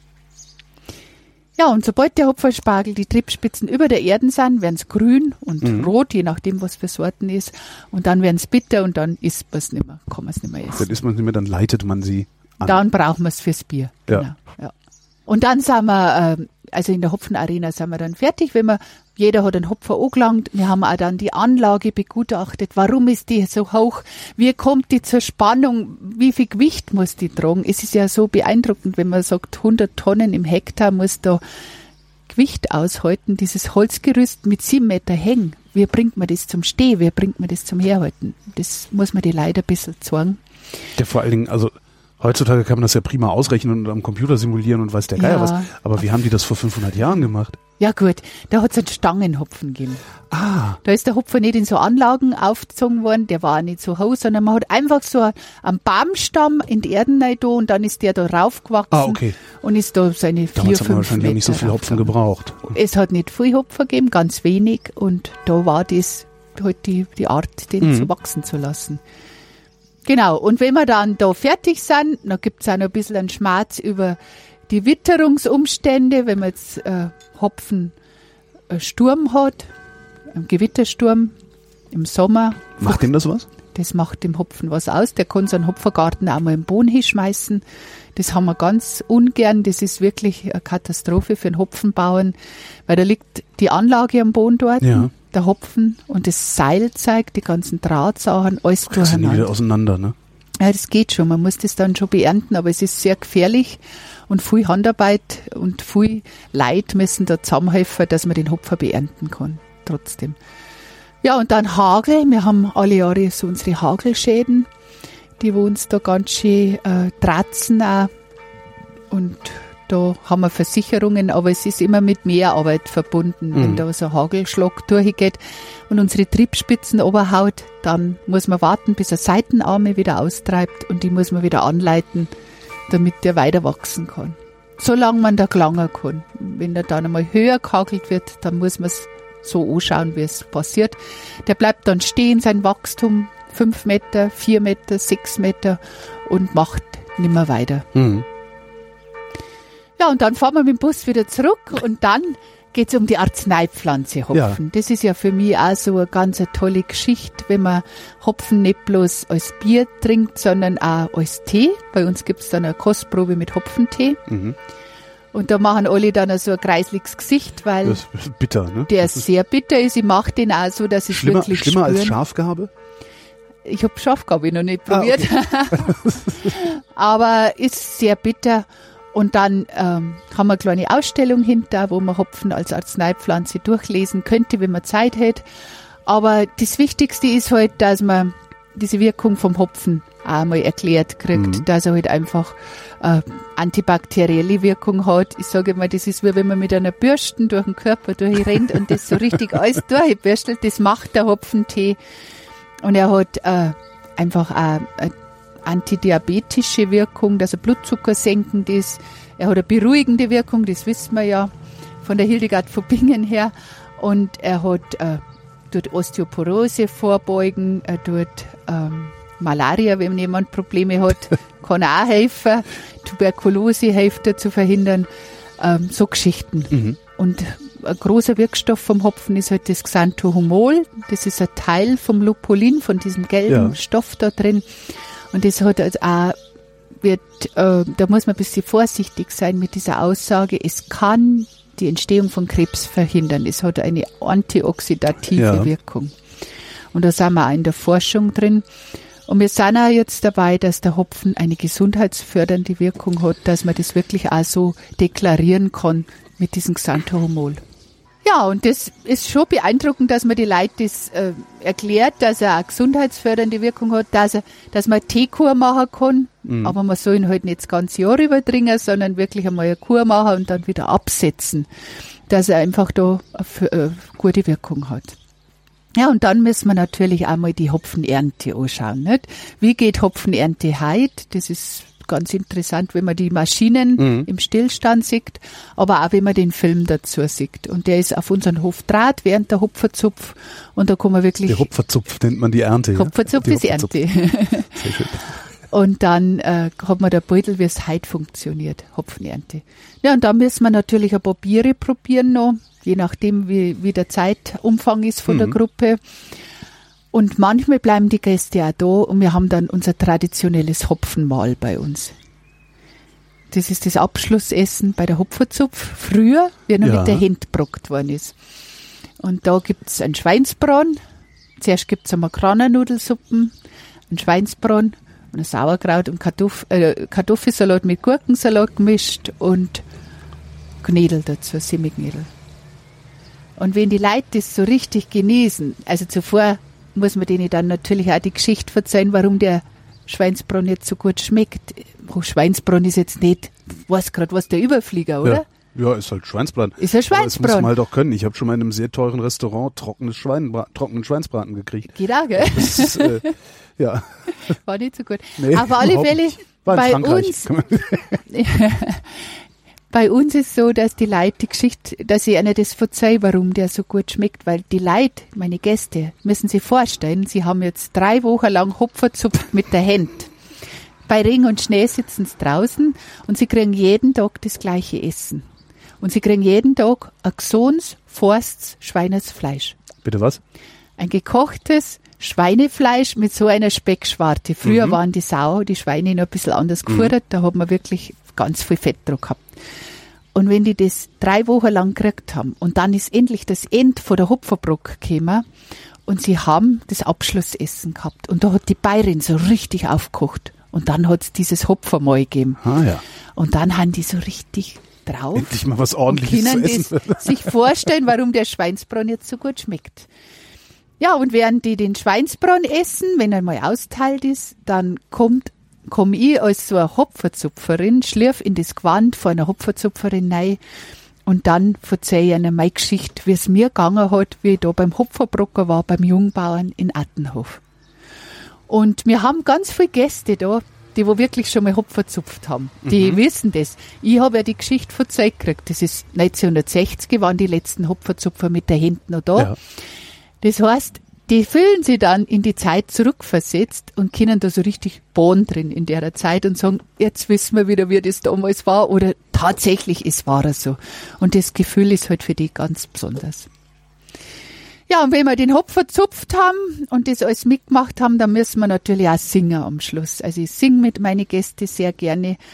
Ja, und sobald der Hopferspargel die Triebspitzen über der Erden sind, werden sie grün und Mhm. rot, je nachdem, was für Sorten ist. Und dann werden sie bitter und dann isst man es nicht mehr, kann man es nicht mehr essen. Dann ist man nicht mehr, dann leitet man sie an. Dann brauchen wir es fürs Bier. Ja. Genau, ja. Und dann sind wir, ähm, also in der Hopfenarena sind wir dann fertig, wenn wir, jeder hat einen Hopfer angelangt. Wir haben auch dann die Anlage begutachtet. Warum ist die so hoch? Wie kommt die zur Spannung? Wie viel Gewicht muss die tragen? Es ist ja so beeindruckend, wenn man sagt, hundert Tonnen im Hektar muss da Gewicht aushalten. Dieses Holzgerüst mit sieben Meter Hängen. Wie bringt man das zum Stehen? Wie bringt man das zum Herhalten? Das muss man die Leute ein bisschen zeigen. Ja, vor allen Dingen, also heutzutage kann man das ja prima ausrechnen und am Computer simulieren und weiß der Geier Ja. was. Aber wie haben die das vor fünfhundert Jahren gemacht? Ja gut, da hat es einen Stangenhopfen gegeben. Ah, Da ist der Hopfer nicht in so Anlagen aufgezogen worden, der war auch nicht so hoch, sondern man hat einfach so einen Baumstamm in die Erden rein da und dann ist der da raufgewachsen Ah, okay. und ist da seine vier, damals fünf haben wir wahrscheinlich Meter auch nicht so viel Hopfen raufgegangen. gebraucht. Es hat nicht viel Hopfer gegeben, ganz wenig und da war das halt die, die Art, den Mhm. zu wachsen zu lassen. Genau, und wenn wir dann da fertig sind, dann gibt es auch noch ein bisschen einen Schmerz über die Witterungsumstände, wenn man jetzt äh, Hopfen äh, Sturm hat, einen Gewittersturm im Sommer. Macht dem das was? Das macht dem Hopfen was aus. Der kann seinen Hopfergarten auch mal im Boden hinschmeißen. Das haben wir ganz ungern. Das ist wirklich eine Katastrophe für einen Hopfenbauern, weil da liegt die Anlage am Boden dort, Ja. der Hopfen und das Seilzeug, die ganzen Drahtsachen, alles Das sind die wieder durcheinander. auseinander, ne? Ja, das geht schon. Man muss das dann schon beernten, aber es ist sehr gefährlich und viel Handarbeit und viel Leute müssen da zusammenhelfen, dass man den Hopfer beernten kann. Trotzdem. Ja, und dann Hagel. Wir haben alle Jahre so unsere Hagelschäden, die wo uns da ganz schön äh, tratzen auch. Und da haben wir Versicherungen, aber es ist immer mit Mehrarbeit verbunden, wenn Mhm. da so ein Hagelschlag durchgeht und unsere Triebspitzen oberhaut, dann muss man warten, bis er Seitenarme wieder austreibt und die muss man wieder anleiten, damit der weiter wachsen kann. Solange man da gelangen kann. Wenn er dann einmal höher gehagelt wird, dann muss man es so anschauen, wie es passiert. Der bleibt dann stehen, sein Wachstum, fünf Meter, vier Meter, sechs Meter und macht nimmer weiter. Mhm. Ja, und dann fahren wir mit dem Bus wieder zurück und dann geht's um die Arzneipflanze Hopfen. Das ist ja für mich auch so eine ganz eine tolle Geschichte, wenn man Hopfen nicht bloß als Bier trinkt, sondern auch als Tee. Bei uns gibt's dann eine Kostprobe mit Hopfentee. Mhm. Und da machen alle dann so ein kreisliges Gesicht, weil das ist bitter, ne? der das ist sehr bitter ist. Ich mache den auch so, dass ich schlimmer, wirklich schlimmer spüren. als Schafgabe? Ich habe Schafgabe noch nicht probiert. Ah, okay. Aber ist sehr bitter. Und dann ähm, haben wir eine kleine Ausstellung hinter, wo man Hopfen als Arzneipflanze durchlesen könnte, wenn man Zeit hätte. Aber das Wichtigste ist halt, dass man diese Wirkung vom Hopfen auch mal erklärt kriegt, mhm. dass er halt einfach äh, antibakterielle Wirkung hat. Ich sage immer, das ist wie wenn man mit einer Bürste durch den Körper durchrennt und das so richtig alles durchbürstelt. Das macht der Hopfentee. Und er hat äh, einfach auch eine antidiabetische Wirkung, dass er Blutzucker senkend ist. Er hat eine beruhigende Wirkung, das wissen wir ja von der Hildegard von Bingen her. Und er hat äh, tut Osteoporose vorbeugen, er tut ähm, Malaria, wenn jemand Probleme hat, kann auch helfen. Tuberkulose hilft er zu verhindern. Ähm, so Geschichten. Mhm. Und ein großer Wirkstoff vom Hopfen ist halt das Xanthohumol. Das ist ein Teil vom Lupulin, von diesem gelben ja. Stoff da drin. Und das hat also auch, wird, äh, da muss man ein bisschen vorsichtig sein mit dieser Aussage. Es kann die Entstehung von Krebs verhindern. Es hat eine antioxidative ja. Wirkung. Und da sind wir auch in der Forschung drin. Und wir sind auch jetzt dabei, dass der Hopfen eine gesundheitsfördernde Wirkung hat, dass man das wirklich auch so deklarieren kann mit diesem Xanthohumol. Ja, und das ist schon beeindruckend, dass man die Leute das äh, erklärt, dass er eine gesundheitsfördernde Wirkung hat, dass, er, dass man eine Teekur machen kann, mhm. aber man soll ihn halt nicht das ganze Jahr überdringen, sondern wirklich einmal eine Kur machen und dann wieder absetzen, dass er einfach da eine, eine gute Wirkung hat. Ja, und dann müssen wir natürlich auch mal die Hopfenernte anschauen, nicht? Wie geht Hopfenernte heute? Das ist ganz interessant, wenn man die Maschinen mhm. im Stillstand sieht, aber auch wenn man den Film dazu sieht. Und der ist auf unseren Hof draht während der Hopferzupf und da kann man wirklich... Der Hopferzupf nennt man die Ernte. Hopferzupf ja? ist Hopferzupf. Ernte. Sehr schön. Und dann äh, hat man der Beutel, wie es heute funktioniert, Hopfenernte. Ja, und da müssen wir natürlich ein paar Biere probieren noch, je nachdem, wie, wie der Zeitumfang ist von mhm. der Gruppe. Und manchmal bleiben die Gäste auch da und wir haben dann unser traditionelles Hopfenmahl bei uns. Das ist das Abschlussessen bei der Hopferzupf. Früher, wie er noch ja. mit der Hand gebrockt worden ist. Und da gibt's einen Schweinsbraten. Zuerst gibt's einmal Kranernudelsuppen, einen Schweinsbraten und ein Sauerkraut und Kartoff- äh, Kartoffelsalat mit Gurkensalat gemischt und Knödel dazu, Semmelknödel. Und wenn die Leute das so richtig genießen, also zuvor muss man denen dann natürlich auch die Geschichte verzeihen, warum der Schweinsbraten jetzt so gut schmeckt. Oh, Schweinsbraten ist jetzt nicht, weiß gerade was, der Überflieger, oder? Ja, ja, ist halt Schweinsbraten. Ist ein Schweinsbraten. Aber das muss man halt auch können. Ich habe schon mal in einem sehr teuren Restaurant trockenes Schweinbra- trockenen Schweinsbraten gekriegt. Geht auch, gell? Das ist, äh, ja. War nicht so gut. Nee, auf alle Fälle, bei uns, bei uns ist so, dass die Leute die Geschichte, dass ich ihnen das verzeihe, warum der so gut schmeckt, weil die Leute, meine Gäste, müssen sich vorstellen, sie haben jetzt drei Wochen lang Hopferzupft mit der Hand. Bei Regen und Schnee sitzen sie draußen und sie kriegen jeden Tag das gleiche Essen. Und sie kriegen jeden Tag ein gesundes, forstes Schweinesfleisch. Bitte was? Ein gekochtes Schweinefleisch mit so einer Speckschwarte. Früher mhm. waren die Sau, die Schweine noch ein bisschen anders gefüttert, mhm. da hat man wirklich ganz viel Fett drauf gehabt. Und wenn die das drei Wochen lang gekriegt haben und dann ist endlich das End von der Hopferbrock gekommen und sie haben das Abschlussessen gehabt und da hat die Bayerin so richtig aufgekocht und dann hat es dieses Hopfermahl gegeben. Ah, ja. Und dann haben die so richtig drauf. Endlich mal was Ordentliches und zu essen. Das sich vorstellen, warum der Schweinsbraten jetzt so gut schmeckt. Ja, und während die den Schweinsbraten essen, wenn er mal austeilt ist, dann kommt komme ich als so eine Hopferzupferin, schlürf in das Gewand von einer Hopferzupferin rein und dann erzähle ich ihnen meine Geschichte, wie es mir gegangen hat, wie ich da beim Hopferbrocker war, beim Jungbauern in Attenhof. Und wir haben ganz viele Gäste da, die wo wirklich schon mal Hopfer gezupft haben. Die mhm. wissen das. Ich habe ja die Geschichte erzählt gekriegt. Das ist neunzehnhundertsechzig, waren die letzten Hopferzupfer mit der Hand noch da. Ja. Das heißt, die fühlen sich dann in die Zeit zurückversetzt und können da so richtig bohren drin in der Zeit und sagen, jetzt wissen wir wieder, wie das damals war oder tatsächlich, es war so. Und das Gefühl ist halt für die ganz besonders. Ja, und wenn wir den Hopf verzupft haben und das alles mitgemacht haben, dann müssen wir natürlich auch singen am Schluss. Also ich singe mit meinen Gästen sehr gerne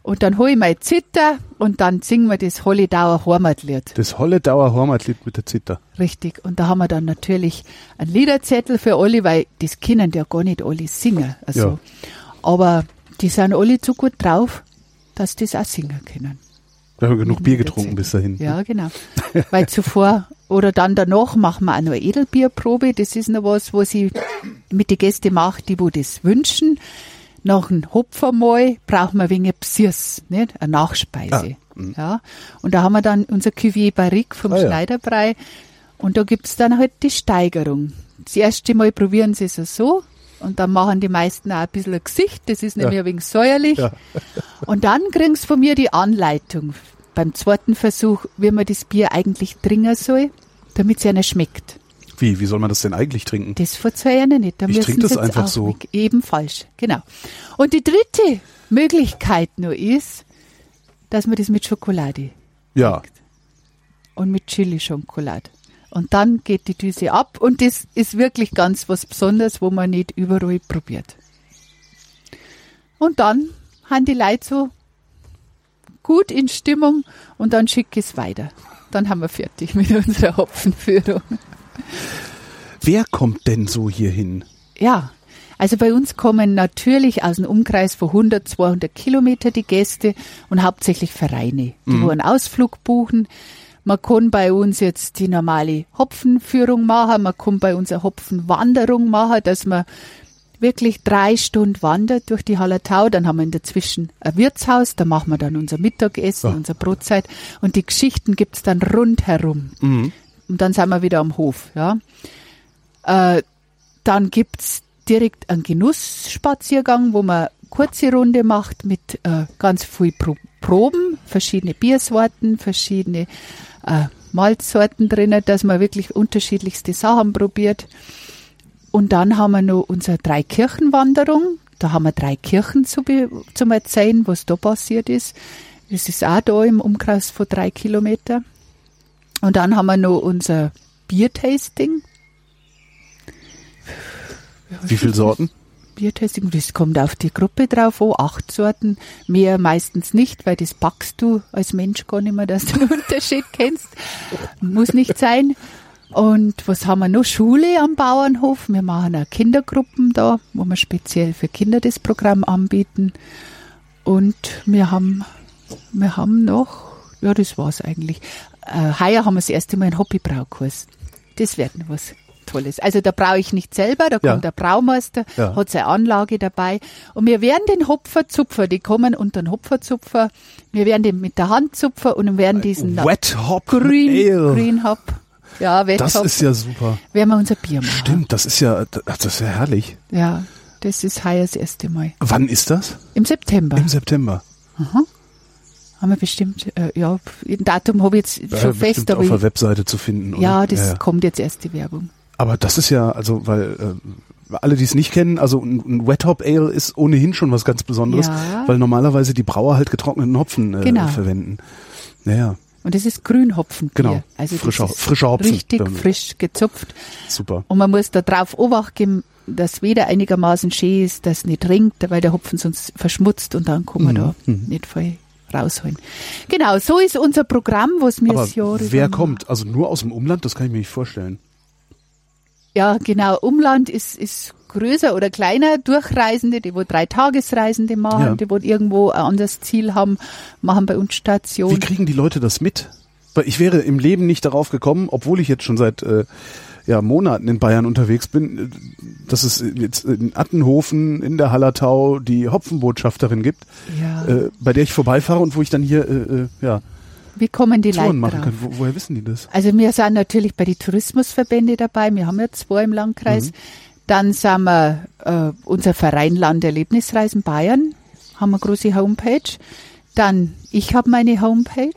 Und dann hole ich meine Zither und dann singen wir das Holledauer Heimatlied. Das Holledauer Heimatlied mit der Zither. Richtig. Und da haben wir dann natürlich einen Liederzettel für alle, weil das können ja gar nicht alle singen. Also, Ja. aber die sind alle zu gut drauf, dass die das auch singen können. Da haben wir genug Mit Bier dem getrunken Liederzettel. bis dahin. Ja, genau. Weil zuvor oder dann danach machen wir auch noch eine Edelbierprobe. Das ist noch was, was ich mit den Gästen mache, die wo das wünschen. Nach dem Hopfermahl brauchen wir ein wenig Psirs, nicht? Eine Nachspeise. Ah, ja. Und da haben wir dann unser Cuvier Barrique vom Ah, ja. Schneiderbrei. Und da gibt's dann halt die Steigerung. Das erste Mal probieren sie es so. Und dann machen die meisten auch ein bisschen ein Gesicht. Das ist nämlich Ja. ein wenig säuerlich. Ja. Und dann kriegen sie von mir die Anleitung beim zweiten Versuch, wie man das Bier eigentlich trinken soll, damit es ihnen schmeckt. Wie, wie soll man das denn eigentlich trinken? Das verzeihe ich nicht. Da Ich müssen trinke das sie jetzt einfach auch so. weg. Eben falsch, genau. Und die dritte Möglichkeit nur ist, dass man das mit Schokolade Ja, und mit Chili-Schokolade. Und dann geht die Düse ab und das ist wirklich ganz was Besonderes, wo man nicht überall probiert. Und dann haben die Leute so gut in Stimmung und dann schicke ich es weiter. Dann haben wir fertig mit unserer Hopfenführung. wer kommt denn so hier hin? Ja, also bei uns kommen natürlich aus dem Umkreis von hundert, zweihundert Kilometer die Gäste und hauptsächlich Vereine, die Mhm. wo einen Ausflug buchen. Man kann bei uns jetzt die normale Hopfenführung machen, man kann bei uns eine Hopfenwanderung machen, dass man wirklich drei Stunden wandert durch die Hallertau. Dann haben wir in dazwischen ein Wirtshaus, da machen wir dann unser Mittagessen, Ja. unsere Brotzeit und die Geschichten gibt's dann rundherum. Mhm. Und dann sind wir wieder am Hof. Ja. Äh, dann gibt's direkt einen Genussspaziergang, wo man kurze Runde macht mit äh, ganz viel Pro- Proben, verschiedene Biersorten, verschiedene äh, Malzsorten drinnen, dass man wirklich unterschiedlichste Sachen probiert. Und dann haben wir noch unsere Dreikirchenwanderung. Da haben wir drei Kirchen zu be- zum Erzählen, was da passiert ist. Das ist auch da im Umkreis von drei Kilometer. Und dann haben wir noch unser Biertasting. Wie viele Sorten? Biertasting, das kommt auf die Gruppe drauf, oh, acht Sorten, mehr meistens nicht, weil das packst du als Mensch gar nicht mehr, dass du den Unterschied kennst. Muss nicht sein. Und was haben wir noch? Schule am Bauernhof. Wir machen auch Kindergruppen da, wo wir speziell für Kinder das Programm anbieten. Und wir haben, wir haben noch, ja, das war's eigentlich. Äh, heuer haben wir das erste Mal einen Hobbybraukurs. Das wird noch was Tolles. Also da brauche ich nicht selber, da Ja. kommt der Braumeister, Ja. hat seine Anlage dabei. Und wir werden den Hopferzupfer, die kommen unter den Hopferzupfer, wir werden den mit der Hand zupfen und werden diesen Wet Hop Green, Ale. Green Hop, ja, Wet Das Hop, ist ja super. werden wir unser Bier machen. Stimmt, das ist ja, das ist ja herrlich. Ja, das ist heuer das erste Mal. Wann ist das? Im September. Im September. Haben wir bestimmt, äh, ja, ein Datum habe ich jetzt Ja, schon bestimmt fest, aber auf der ich, Webseite zu finden. Oder? ja, das ja, ja. kommt jetzt erst die Werbung. Aber das ist ja, also, weil äh, alle, die es nicht kennen, also ein, ein Wet Hop Ale ist ohnehin schon was ganz Besonderes, Ja. weil normalerweise die Brauer halt getrockneten Hopfen äh, Genau. verwenden. Naja, Und das ist Grünhopfenbier. genau. Also das frischer, ist frischer Hopfen. richtig Dann- frisch gezupft. Super. Und man muss da drauf Obacht geben, dass weder einigermaßen schön ist, dass nicht ringt, weil der Hopfen sonst verschmutzt und dann kann man da Mhm. nicht voll rausholen. Genau, so ist unser Programm, was wir Aber das Jahr über wer machen. kommt? Also nur aus dem Umland? Das kann ich mir nicht vorstellen. Ja, genau. Umland ist, ist größer oder kleiner. Durchreisende, die wo drei Tagesreisende machen, Ja. die wo irgendwo ein anderes Ziel haben, machen bei uns Station. Wie kriegen die Leute das mit? Weil ich wäre im Leben nicht darauf gekommen, obwohl ich jetzt schon seit äh, ja, Monaten in Bayern unterwegs bin, äh, dass es jetzt in Attenhofen in der Hallertau die Hopfenbotschafterin gibt, Ja. äh, bei der ich vorbeifahre und wo ich dann hier äh, äh, ja, Wie kommen die Leute Touren machen drauf? kann. Wo, woher wissen die das? Also wir sind natürlich bei den Tourismusverbänden dabei. Wir haben ja zwei im Landkreis. Mhm. Dann sind wir, äh, unser Verein Landerlebnisreisen Bayern, haben wir eine große Homepage. Dann, ich habe meine Homepage.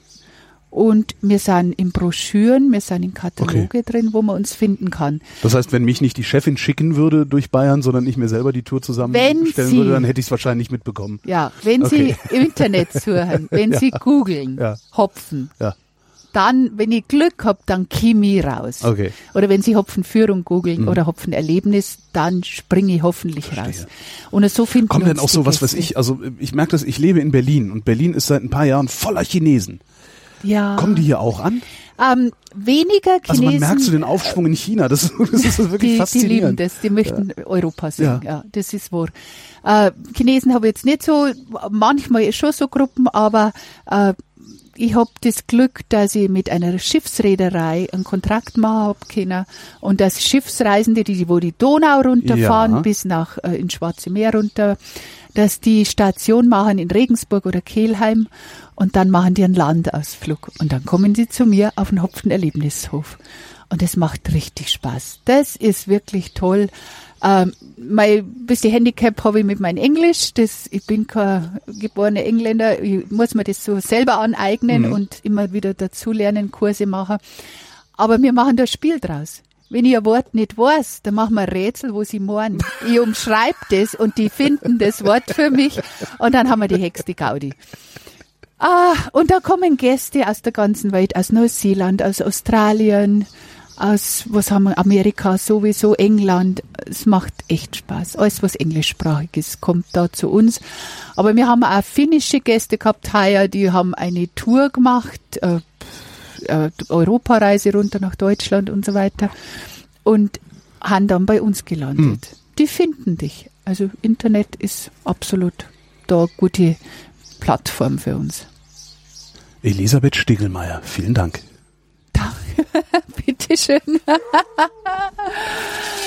Und wir sind in Broschüren, wir sind in Kataloge drin, wo man uns finden kann. Das heißt, wenn mich nicht die Chefin schicken würde durch Bayern, sondern ich mir selber die Tour zusammenstellen Wenn sie- würde, dann hätte ich es wahrscheinlich mitbekommen. Ja, wenn Okay. Sie im Internet suchen, wenn Sie googeln, Ja. Hopfen, Ja. dann, wenn ich Glück habe, dann Chemie raus. Okay. Oder wenn Sie Hopfenführung googeln Mhm. oder Hopfenerlebnis, dann springe ich hoffentlich Verstehe. raus. Und so finden Kommt denn uns auch so die was, was Gäste. ich, also ich merke das, ich lebe in Berlin und Berlin ist seit ein paar Jahren voller Chinesen. Ja. Kommen die hier auch an? Ähm, weniger Chinesen. Also man merkt so den Aufschwung in China, das, das ist wirklich die, die faszinierend. lieben das, die möchten Europa sehen, Ja. ja. Das ist wahr. Äh, Chinesen habe ich jetzt nicht so, manchmal schon so Gruppen, aber äh, ich habe das Glück, dass ich mit einer Schiffsreederei einen Kontrakt machen hab können und dass Schiffsreisende, die wo die Donau runterfahren Ja. bis nach äh, ins Schwarze Meer runter, dass die Station machen in Regensburg oder Kelheim und dann machen die einen Landausflug und dann kommen sie zu mir auf den Hopfenerlebnishof und das macht richtig Spaß. Das ist wirklich toll. Ähm, mein bisschen Handicap habe ich mit meinem Englisch. Das, ich bin kein geborener Engländer. Ich muss mir das so selber aneignen Mhm. und immer wieder dazulernen, Kurse machen. Aber wir machen da ein Spiel draus. Wenn ich ein Wort nicht weiß, dann machen wir ein Rätsel, wo sie meinen. Ich umschreibe das und die finden das Wort für mich und dann haben wir die Hex, die Gaudi. Ah, und da kommen Gäste aus der ganzen Welt, aus Neuseeland, aus Australien, aus, was haben wir, Amerika sowieso, England. Es macht echt Spaß. Alles, was englischsprachig ist, kommt da zu uns. Aber wir haben auch finnische Gäste gehabt heuer, die haben eine Tour gemacht, äh, äh, Europareise runter nach Deutschland und so weiter und haben dann bei uns gelandet. Hm. Die finden dich. Also Internet ist absolut da eine gute Plattform für uns. Elisabeth Stegelmeier, vielen Dank. Danke. Bitteschön.